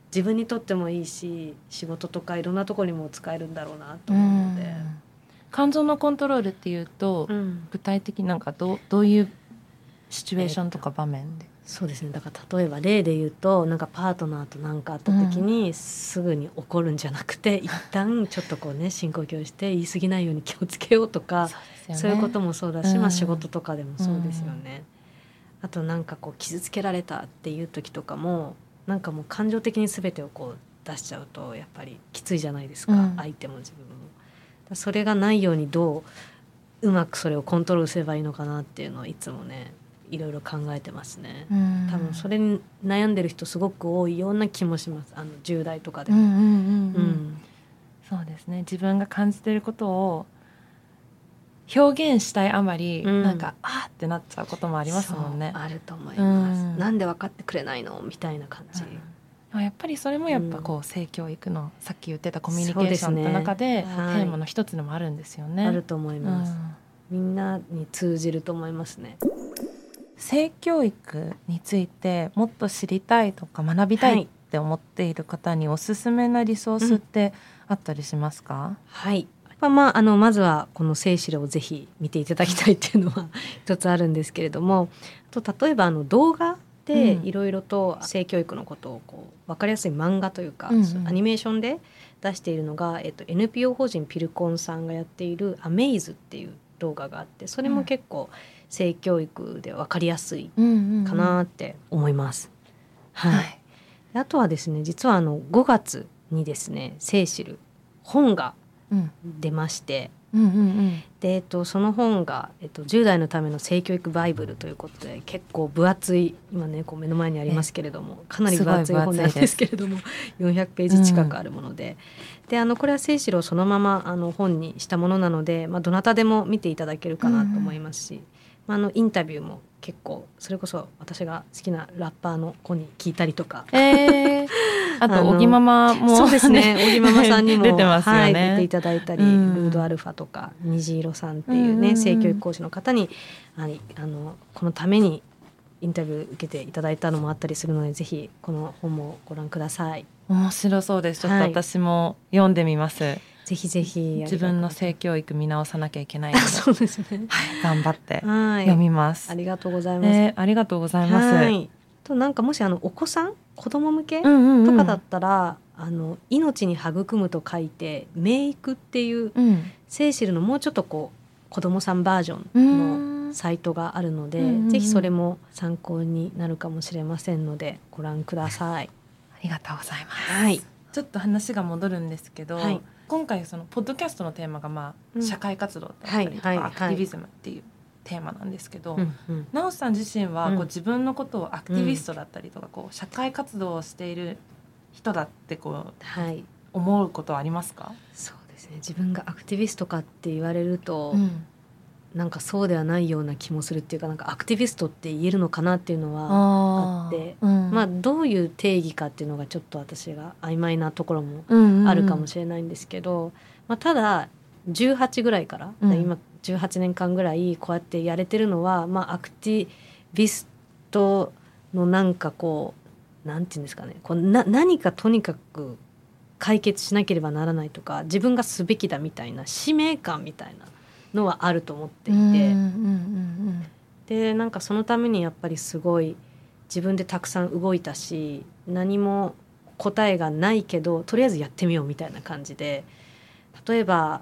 Speaker 4: 自分にとってもいいし、仕事とかいろんなところにも使えるんだろうなと思うので、
Speaker 3: 肝臓のコントロールっていうと、具体的になんかどういうシチュエーションとか場面で、
Speaker 4: そうですね、だから例えば例で言うと、なんかパートナーと何かあった時にすぐに怒るんじゃなくて、一旦ちょっとこうね深呼吸して言い過ぎないように気をつけようとか、そういうこともそうだし、仕事とかでもそうですよね。あとなんかこう傷つけられたっていう時とかも、なんかもう感情的に全てをこう出しちゃうとやっぱりきついじゃないですか、相手も自分も。それがないようにどううまくそれをコントロールすればいいのかなっていうのをいつもねいろいろ考えてますね。多分それに悩んでる人すごく多いような気もします。10代とかでも。
Speaker 3: そうですね、自分が感じてることを表現したいあまり、なんかあーってなっちゃうこともありますもんね。
Speaker 4: あると思います、なんで分かってくれないのみたいな感じ、
Speaker 3: やっぱりそれもやっぱこう性教育のさっき言ってたコミュニケーションの中で、テーマの一つでもあるんですよね。
Speaker 4: あると思います、みんなに通じると思いますね。
Speaker 3: 性教育についてもっと知りたいとか学びたいって思っている方におすすめなリソースってあったりしますか？
Speaker 4: はい、まずはこの性知れをぜひ見ていただきたいっていうのは一つあるんですけれども、例えば動画でいろいろと性教育のことをこう分かりやすい漫画というか、アニメーションで出しているのが、NPO 法人ピルコンさんがやっているアメイズっていう動画があって、それも結構性教育で分かりやすいかなって思います。あとはですね、実は5月にですね性知る本が出まして、でその本が、10代のための性教育バイブルということで、結構分厚い、今ねこう目の前にありますけれども、かなり分厚い本なんですけれども400ページ近くあるもので、これは性知るをそのまま本にしたものなので、どなたでも見ていただけるかなと思いますし、インタビューも結構それこそ私が好きなラッパーの子に聞いたりとか、
Speaker 3: あと小木ママも
Speaker 4: そうですね、小木ママさんにも
Speaker 3: 出てますよね、
Speaker 4: 出ていただいたり、ルードアルファとか虹色さんっていうね、性教育講師の方にこのためにインタビュー受けていただいたのもあったりするので、ぜひこの本もご覧ください。
Speaker 3: 面白そうです。ちょっと私も読んでみます、
Speaker 4: ぜひぜひ
Speaker 3: 自分の性教育見直さなきゃいけないので
Speaker 4: そうですね、
Speaker 3: 頑張って読みます。
Speaker 4: ありがとうございます、
Speaker 3: ありがとうございます。
Speaker 4: となんかもしお子さん子供向けとかだったら、命に育むと書いて名育っていう性知るのもうちょっとこう子供さんバージョンのサイトがあるので、ぜひそれも参考になるかもしれませんのでご覧ください。
Speaker 3: ありがとうございます、ちょっと話が戻るんですけど、今回そのポッドキャストのテーマが社会活動だったりとか、アクティビズムっていうテーマなんですけど、なおさん自身はこう自分のことをアクティビストだったりとか、こう社会活動をしている人だってこう、思うことはありますか？
Speaker 4: そうですね、自分がアクティビストかって言われると、なんかそうではないような気もするっていうか、なんかアクティビストって言えるのかなっていうのはあって、どういう定義かっていうのがちょっと私が曖昧なところもあるかもしれないんですけど、ただ18ぐらいから、今18年間ぐらいこうやってやれてるのは、アクティビストのなんかこうなんていうんですかね、こう何かとにかく解決しなければならないとか、自分がすべきだみたいな使命感みたいなのはあると思っていて、でなんかそのためにやっぱりすごい自分でたくさん動いたし、何も答えがないけどとりあえずやってみようみたいな感じで、例えば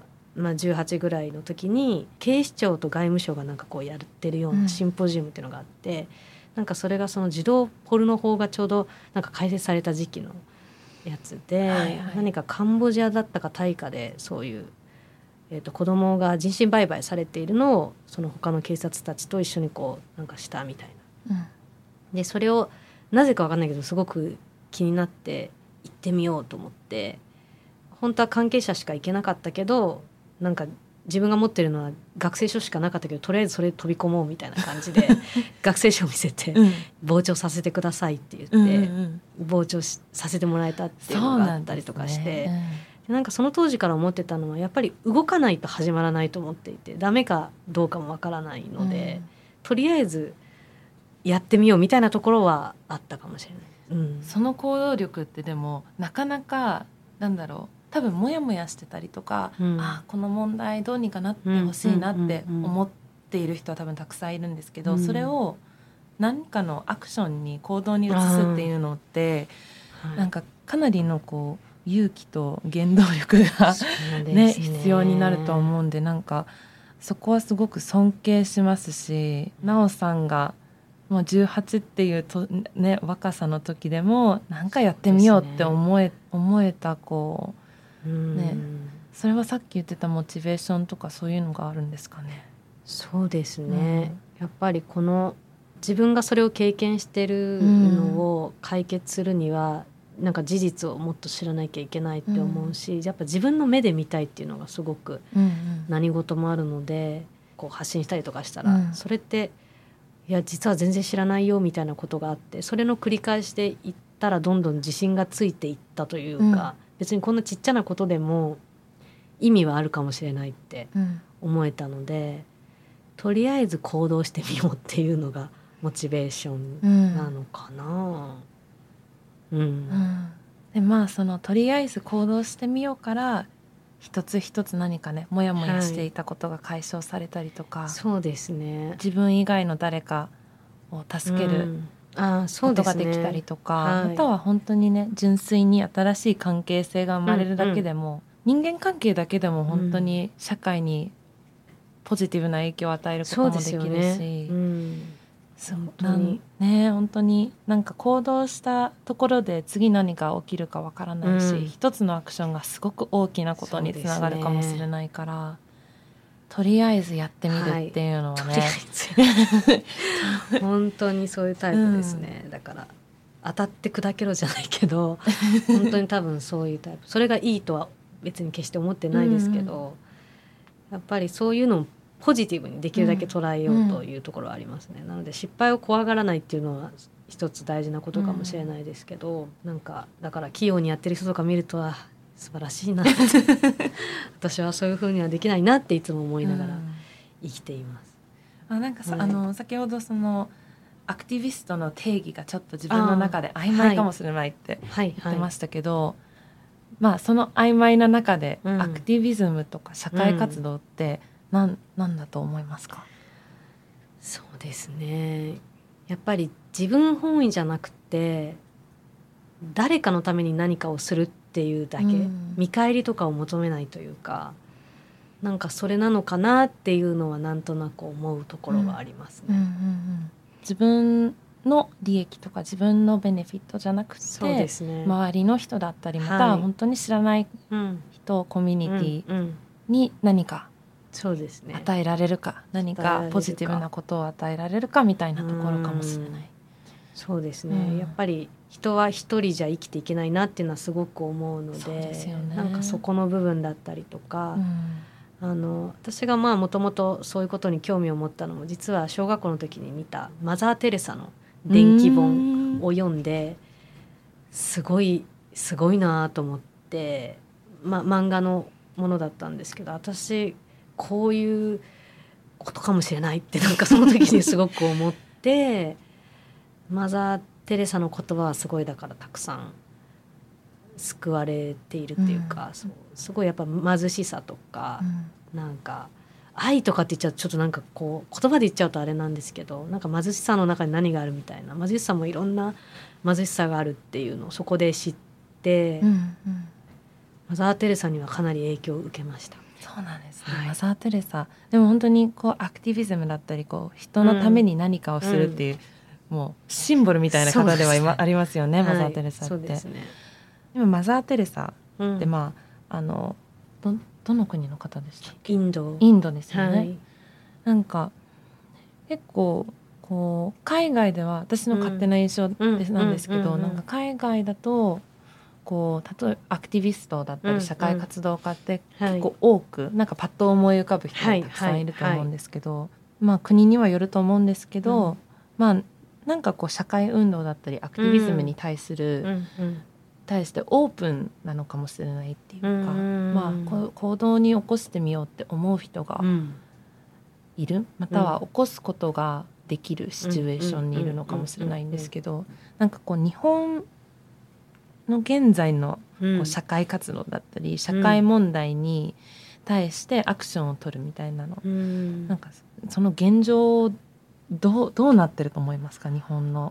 Speaker 4: 18ぐらいの時に警視庁と外務省がなんかこうやってるようなシンポジウムっていうのがあって、なんかそれがその児童ポルノ法がちょうどなんか改正された時期のやつで、何かカンボジアだったかタイかでそういう、子供が人身売買されているのをその他の警察たちと一緒にこうなんかしたみたいな、でそれをなぜか分かんないけどすごく気になって行ってみようと思って、本当は関係者しか行けなかったけど、なんか自分が持ってるのは学生証しかなかったけど、とりあえずそれ飛び込もうみたいな感じで学生証を見せて、傍聴させてくださいって言って、傍聴させてもらえたっていうのがあったりとかして、なんかその当時から思ってたのは、やっぱり動かないと始まらないと思っていて、ダメかどうかもわからないので、とりあえずやってみようみたいなところはあったかもしれない。
Speaker 3: その行動力ってでもなかなかなんだろう、多分モヤモヤしてたりとか、この問題どうにかなってほしいなって思っている人は多分たくさんいるんですけど、それを何かのアクションに行動に移すっていうのって、なんかかなりのこう勇気と原動力がね必要になると思うんで、なんかそこはすごく尊敬しますし、なおさんがもう18っていうと、ね、若さの時でもなんかやってみようって思えたこう、ね、それはさっき言ってたモチベーションとかそういうのがあるんですかね。
Speaker 4: そうですね、やっぱりこの自分がそれを経験してるのを解決するには、なんか事実をもっと知らなきゃいけないって思うし、やっぱ自分の目で見たいっていうのがすごく何事もあるので、こう発信したりとかしたら、それっていや実は全然知らないよみたいなことがあって、それの繰り返しでいったらどんどん自信がついていったというか、別にこんなちっちゃなことでも意味はあるかもしれないって思えたので、とりあえず行動してみようっていうのがモチベーションなのかな。
Speaker 3: でまあそのとりあえず行動してみようから一つ一つ何かねモヤモヤしていたことが解消されたりとか、
Speaker 4: そうですね、
Speaker 3: 自分以外の誰かを助けることができたりとか、または本当にね純粋に新しい関係性が生まれるだけでも、人間関係だけでも本当に社会にポジティブな影響を与えることもできるし、本当にね、本当になんか行動したところで次何が起きるかわからないし、一つのアクションがすごく大きなことにつながるかもしれないから、とりあえずやってみるっていうのはね、
Speaker 4: 本当にそういうタイプですね、だから当たって砕けろじゃないけど本当に多分そういうタイプ、それがいいとは別に決して思ってないですけど、やっぱりそういうのをポジティブにできるだけ捉えようというところはありますね、なので失敗を怖がらないっていうのは一つ大事なことかもしれないですけど、なんかだから器用にやってる人とか見ると素晴らしいなって私はそういう風にはできないなっていつも思いながら生きています。
Speaker 3: なんか先ほどそのアクティビストの定義がちょっと自分の中で曖昧かもしれないって言ってましたけど、まあその曖昧な中でアクティビズムとか社会活動って何だと思いますか？
Speaker 4: そうですね、やっぱり自分本位じゃなくて誰かのために何かをするっていうだけ、見返りとかを求めないというか、なんかそれなのかなっていうのはなんとなく思うところはありますね、
Speaker 3: 自分の利益とか自分のベネフィットじゃなくて、そうですね、周りの人だったりまたは本当に知らない人、コミュニティに何か
Speaker 4: そうですね、
Speaker 3: 与えられるか、何かポジティブなことを与えられるかみたいなところかもしれない。
Speaker 4: そうですね、やっぱり人は一人じゃ生きていけないなっていうのはすごく思うの で、なんかそこの部分だったりとか、私がもともとそういうことに興味を持ったのも実は小学校の時に見たマザー・テレサの伝記本を読んですごいなと思って、漫画のものだったんですけど、私こういうことかもしれないってなんかその時にすごく思ってマザー・テレサの言葉はすごいだからたくさん救われているっていうか、すごいやっぱ貧しさとか、なんか愛とかって言っちゃうとちょっとなんかこう言葉で言っちゃうとあれなんですけど、なんか貧しさの中に何があるみたいな、貧しさもいろんな貧しさがあるっていうのをそこで知って、マザー・テレサにはかなり影響を受けました。
Speaker 3: そうなんですね、マザー・テレサでも本当にこうアクティビズムだったりこう人のために何かをするっていう、もうシンボルみたいな方ではありますよね、マザー・テレサって。そうですね、今マザー・テレサって、どの国の方でしたっけ？インドですよね、なんか結構こう海外では私の勝手な印象なんですけど、なんか海外だとこう例えばアクティビストだったり社会活動家って結構多く、なんかパッと思い浮かぶ人がたくさんいると思うんですけど、国にはよると思うんですけど、なんかこう社会運動だったりアクティビズムに対してオープンなのかもしれないっていうか、行動に起こしてみようって思う人がいる、または起こすことができるシチュエーションにいるのかもしれないんですけど、なんかこう日本の現在のこう社会活動だったり、社会問題に対してアクションを取るみたいなの、なんかその現状どうなってると思いますか？日本の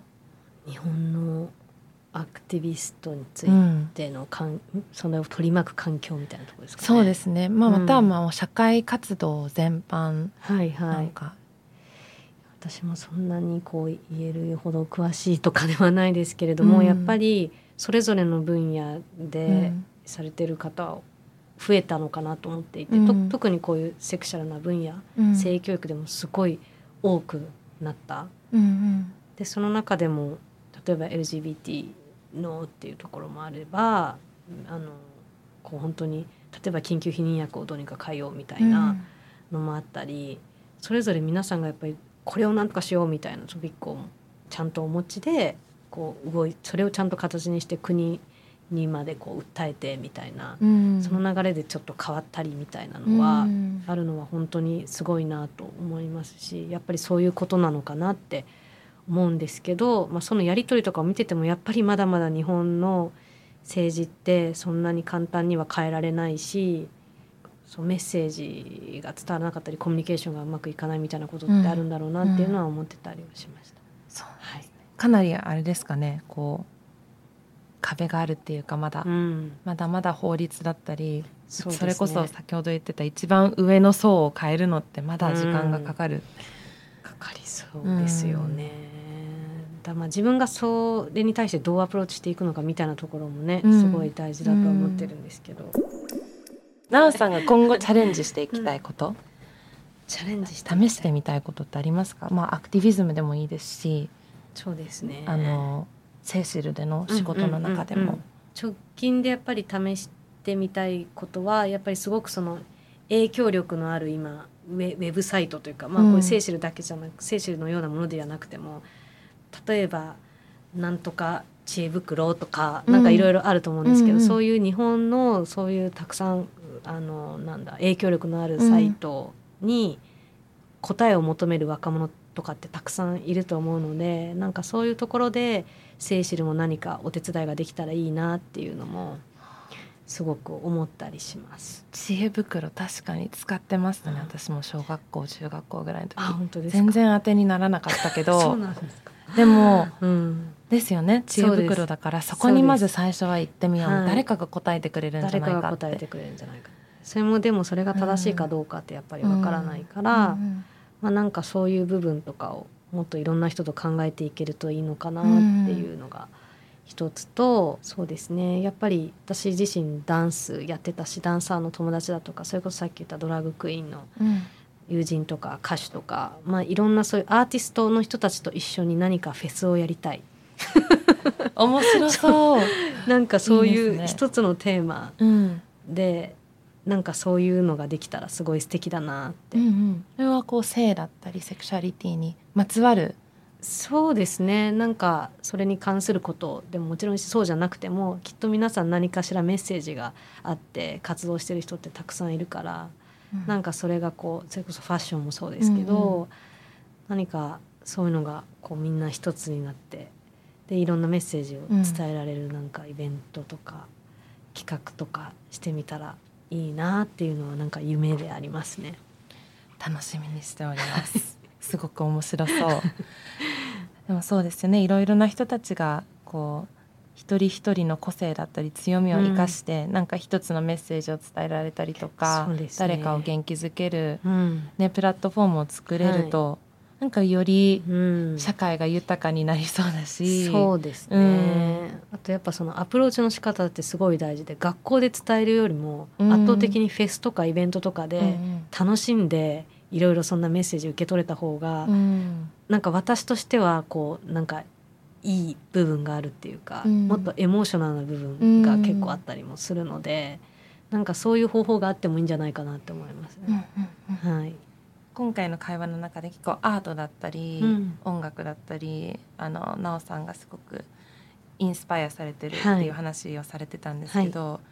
Speaker 4: アクティビストについてのそれを取り巻く環境みたいなところですかね。
Speaker 3: そうですね、または社会活動全般、なんか
Speaker 4: 私もそんなにこう言えるほど詳しいとかではないですけれども、やっぱりそれぞれの分野でされてる方は増えたのかなと思っていて、特にこういうセクシャルな分野、性教育でもすごい多くなった、でその中でも例えば LGBT のっていうところもあれば、こう本当に例えば緊急避妊薬をどうにか変えようみたいなのもあったり、それぞれ皆さんがやっぱりこれをなんとかしようみたいなトピックをちゃんとお持ちでこうそれをちゃんと形にして国にまでこう訴えてみたいな、その流れでちょっと変わったりみたいなのはあるのは本当にすごいなと思いますし、やっぱりそういうことなのかなって思うんですけど、そのやり取りとかを見ててもやっぱりまだまだ日本の政治ってそんなに簡単には変えられないし、そうメッセージが伝わらなかったりコミュニケーションがうまくいかないみたいなことってあるんだろうなっていうのは思ってたりはしました。
Speaker 3: そうですね、かなりあれですかね、こう壁があるっていうかまだまだ法律だったり、それこそ先ほど言ってた一番上の層を変えるのってまだ時間がかかり
Speaker 4: そうですよね。自分がそれに対してどうアプローチしていくのかみたいなところもね、すごい大事だと思ってるんですけど、
Speaker 3: なおさんが今後チャレンジしていきたいこと、
Speaker 4: 試
Speaker 3: してみたいことってありますか？アクティビズムでもいいですし、
Speaker 4: そうですね、
Speaker 3: セーシルでの仕事の中でも、
Speaker 4: 直近でやっぱり試してみたいことはやっぱりすごくその影響力のある今ウェブサイトというか、これセーシルだけじゃなくセーシルのようなものではなくても、例えばなんとか知恵袋とかなんかいろいろあると思うんですけど、そういう日本のそういうたくさん影響力のあるサイトに答えを求める若者とかってたくさんいると思うので、なんかそういうところでセーシルも何かお手伝いができたらいいなっていうのもすごく思ったりします。
Speaker 3: 知恵袋確かに使ってましたね、私も小学校中学校ぐらいの時。
Speaker 4: 本当ですか？
Speaker 3: 全然当てにならなかったけど
Speaker 4: そうなんですか。
Speaker 3: でも、ですよね、知恵袋だからそこにまず最初は行ってみよう、誰かが答えてくれるんじゃないかって、
Speaker 4: 誰かが答えてくれるんじゃないか、それもでもそれが正しいかどうかってやっぱりわからないから、なんかそういう部分とかをもっといろんな人と考えていけるといいのかなっていうのが一つと、そうですね、やっぱり私自身ダンスやってたし、ダンサーの友達だとか、それこそさっき言ったドラァグクイーンの友人とか歌手とか、いろんなそういうアーティストの人たちと一緒に何かフェスをやりたい
Speaker 3: 面白そう
Speaker 4: なんかそういう一つのテーマでなんかそういうのができたらすごい素敵だなって、
Speaker 3: それはこう性だったりセクシャリティにまつわる、
Speaker 4: そうですね、なんかそれに関することでももちろんそうじゃなくても、きっと皆さん何かしらメッセージがあって活動してる人ってたくさんいるから、なんかそれがこうそれこそファッションもそうですけど、何かそういうのがこうみんな一つになって、でいろんなメッセージを伝えられるなんかイベントとか企画とかしてみたらいいなっていうのはなんか夢でありますね。
Speaker 3: 楽しみにしておりますすごく面白そうでもそうですよね、いろいろな人たちがこう一人一人の個性だったり強みを生かして、なんか一つのメッセージを伝えられたりとか、誰かを元気づける、プラットフォームを作れると、なんかより社会が豊かになりそうだし、
Speaker 4: そうですね、あとやっぱそのアプローチの仕方ってすごい大事で、学校で伝えるよりも圧倒的にフェスとかイベントとかで楽しんでいろいろそんなメッセージ受け取れた方が、なんか私としてはこうなんかいい部分があるっていうか、もっとエモーショナルな部分が結構あったりもするので、なんかそういう方法があってもいいんじゃないかなって思いますね。はい、
Speaker 3: 今回の会話の中で結構アートだったり、音楽だったり、なおさんがすごくインスパイアされてるっていう話をされてたんですけど、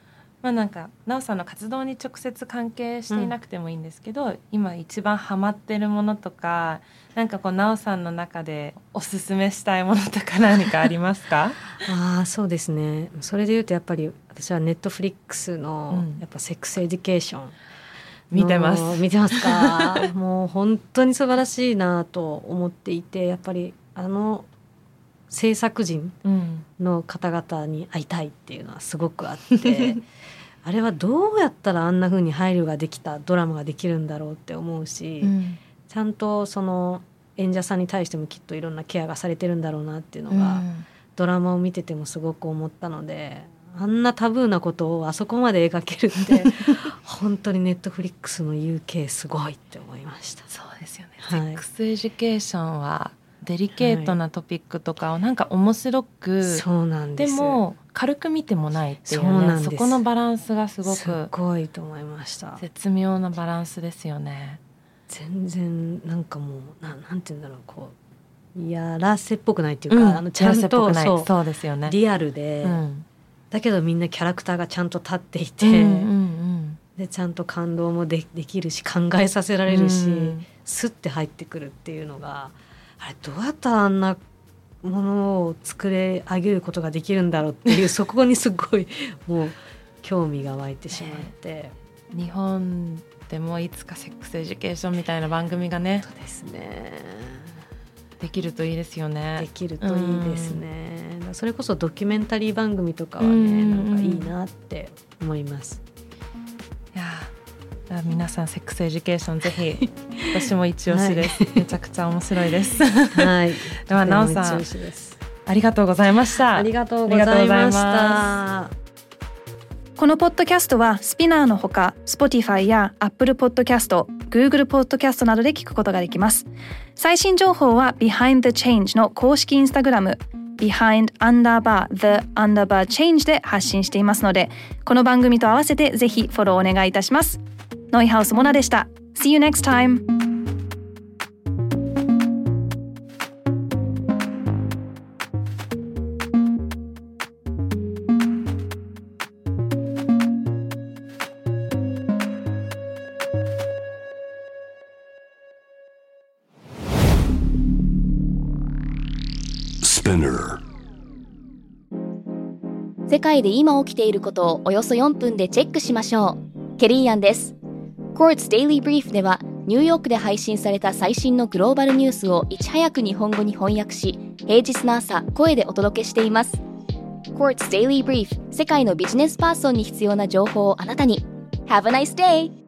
Speaker 3: なんかなおさんの活動に直接関係していなくてもいいんですけど、今一番ハマってるものとか、なんかこうなおさんの中でおすすめしたいものとか何かありますか？
Speaker 4: そうですね。それでいうとやっぱり私はネットフリックスのやっぱセックスエデュケーション
Speaker 3: 見てます
Speaker 4: かもう本当に素晴らしいなと思っていて、やっぱり制作人の方々に会いたいっていうのはすごくあってあれはどうやったらあんな風に配慮ができたドラマができるんだろうって思うし、ちゃんとその演者さんに対してもきっといろんなケアがされてるんだろうなっていうのが、ドラマを見ててもすごく思ったので、あんなタブーなことをあそこまで描けるって本当にネットフリックスの UK すごいって思いました。
Speaker 3: そうですよね、セックスエデュケーションはデリケートなトピックとかをなんか面白く、
Speaker 4: そうなんです。
Speaker 3: でも軽く見てもないっていうね、
Speaker 4: そうなんです。
Speaker 3: そこのバランスがすごく
Speaker 4: すごいと思いました。
Speaker 3: 絶妙なバランスですよね。
Speaker 4: 全然なんかもうなんて言うんだろう、こうやらせっぽくないっていうか、ちゃんと
Speaker 3: そうですよね、
Speaker 4: リアルで、だけどみんなキャラクターがちゃんと立っていて、でちゃんと感動も できるし考えさせられるし、スッて入ってくるっていうのが、あれどうやったらあんなものを作り上げることができるんだろうっていうそこにすごいもう興味が湧いてしまって、
Speaker 3: 日本でもいつかセックスエデュケーションみたいな番組がね、
Speaker 4: そうですね、
Speaker 3: できるといいですよね。
Speaker 4: できるといいですね。それこそドキュメンタリー番組とかはね、なんかいいなって思います。
Speaker 3: いや皆さんセックスエデュケーションぜひ私も一押しです、めちゃくちゃ面白いです
Speaker 4: はい、
Speaker 3: ではなおさんありがとうございました。
Speaker 4: ありがとうございました。
Speaker 2: このポッドキャストはスピナーのほか Spotify や Apple Podcast、Google Podcast などで聞くことができます。最新情報は Behind the Change の公式インスタグラムbehind_the_change で発信していますので、この番組と合わせてぜひフォローお願いいたします。ノイハウスモナでした。See you next time!
Speaker 1: Spinner。
Speaker 5: 世界で今起きていることをおよそ4分でチェックしましょう。ケリーアンです。Quartz Daily Brief ではニューヨークで配信された最新のグローバルニュースをいち早く日本語に翻訳し、平日の朝声でお届けしています。Quartz Daily Brief、世界のビジネスパーソンに必要な情報をあなたに。Have a nice day!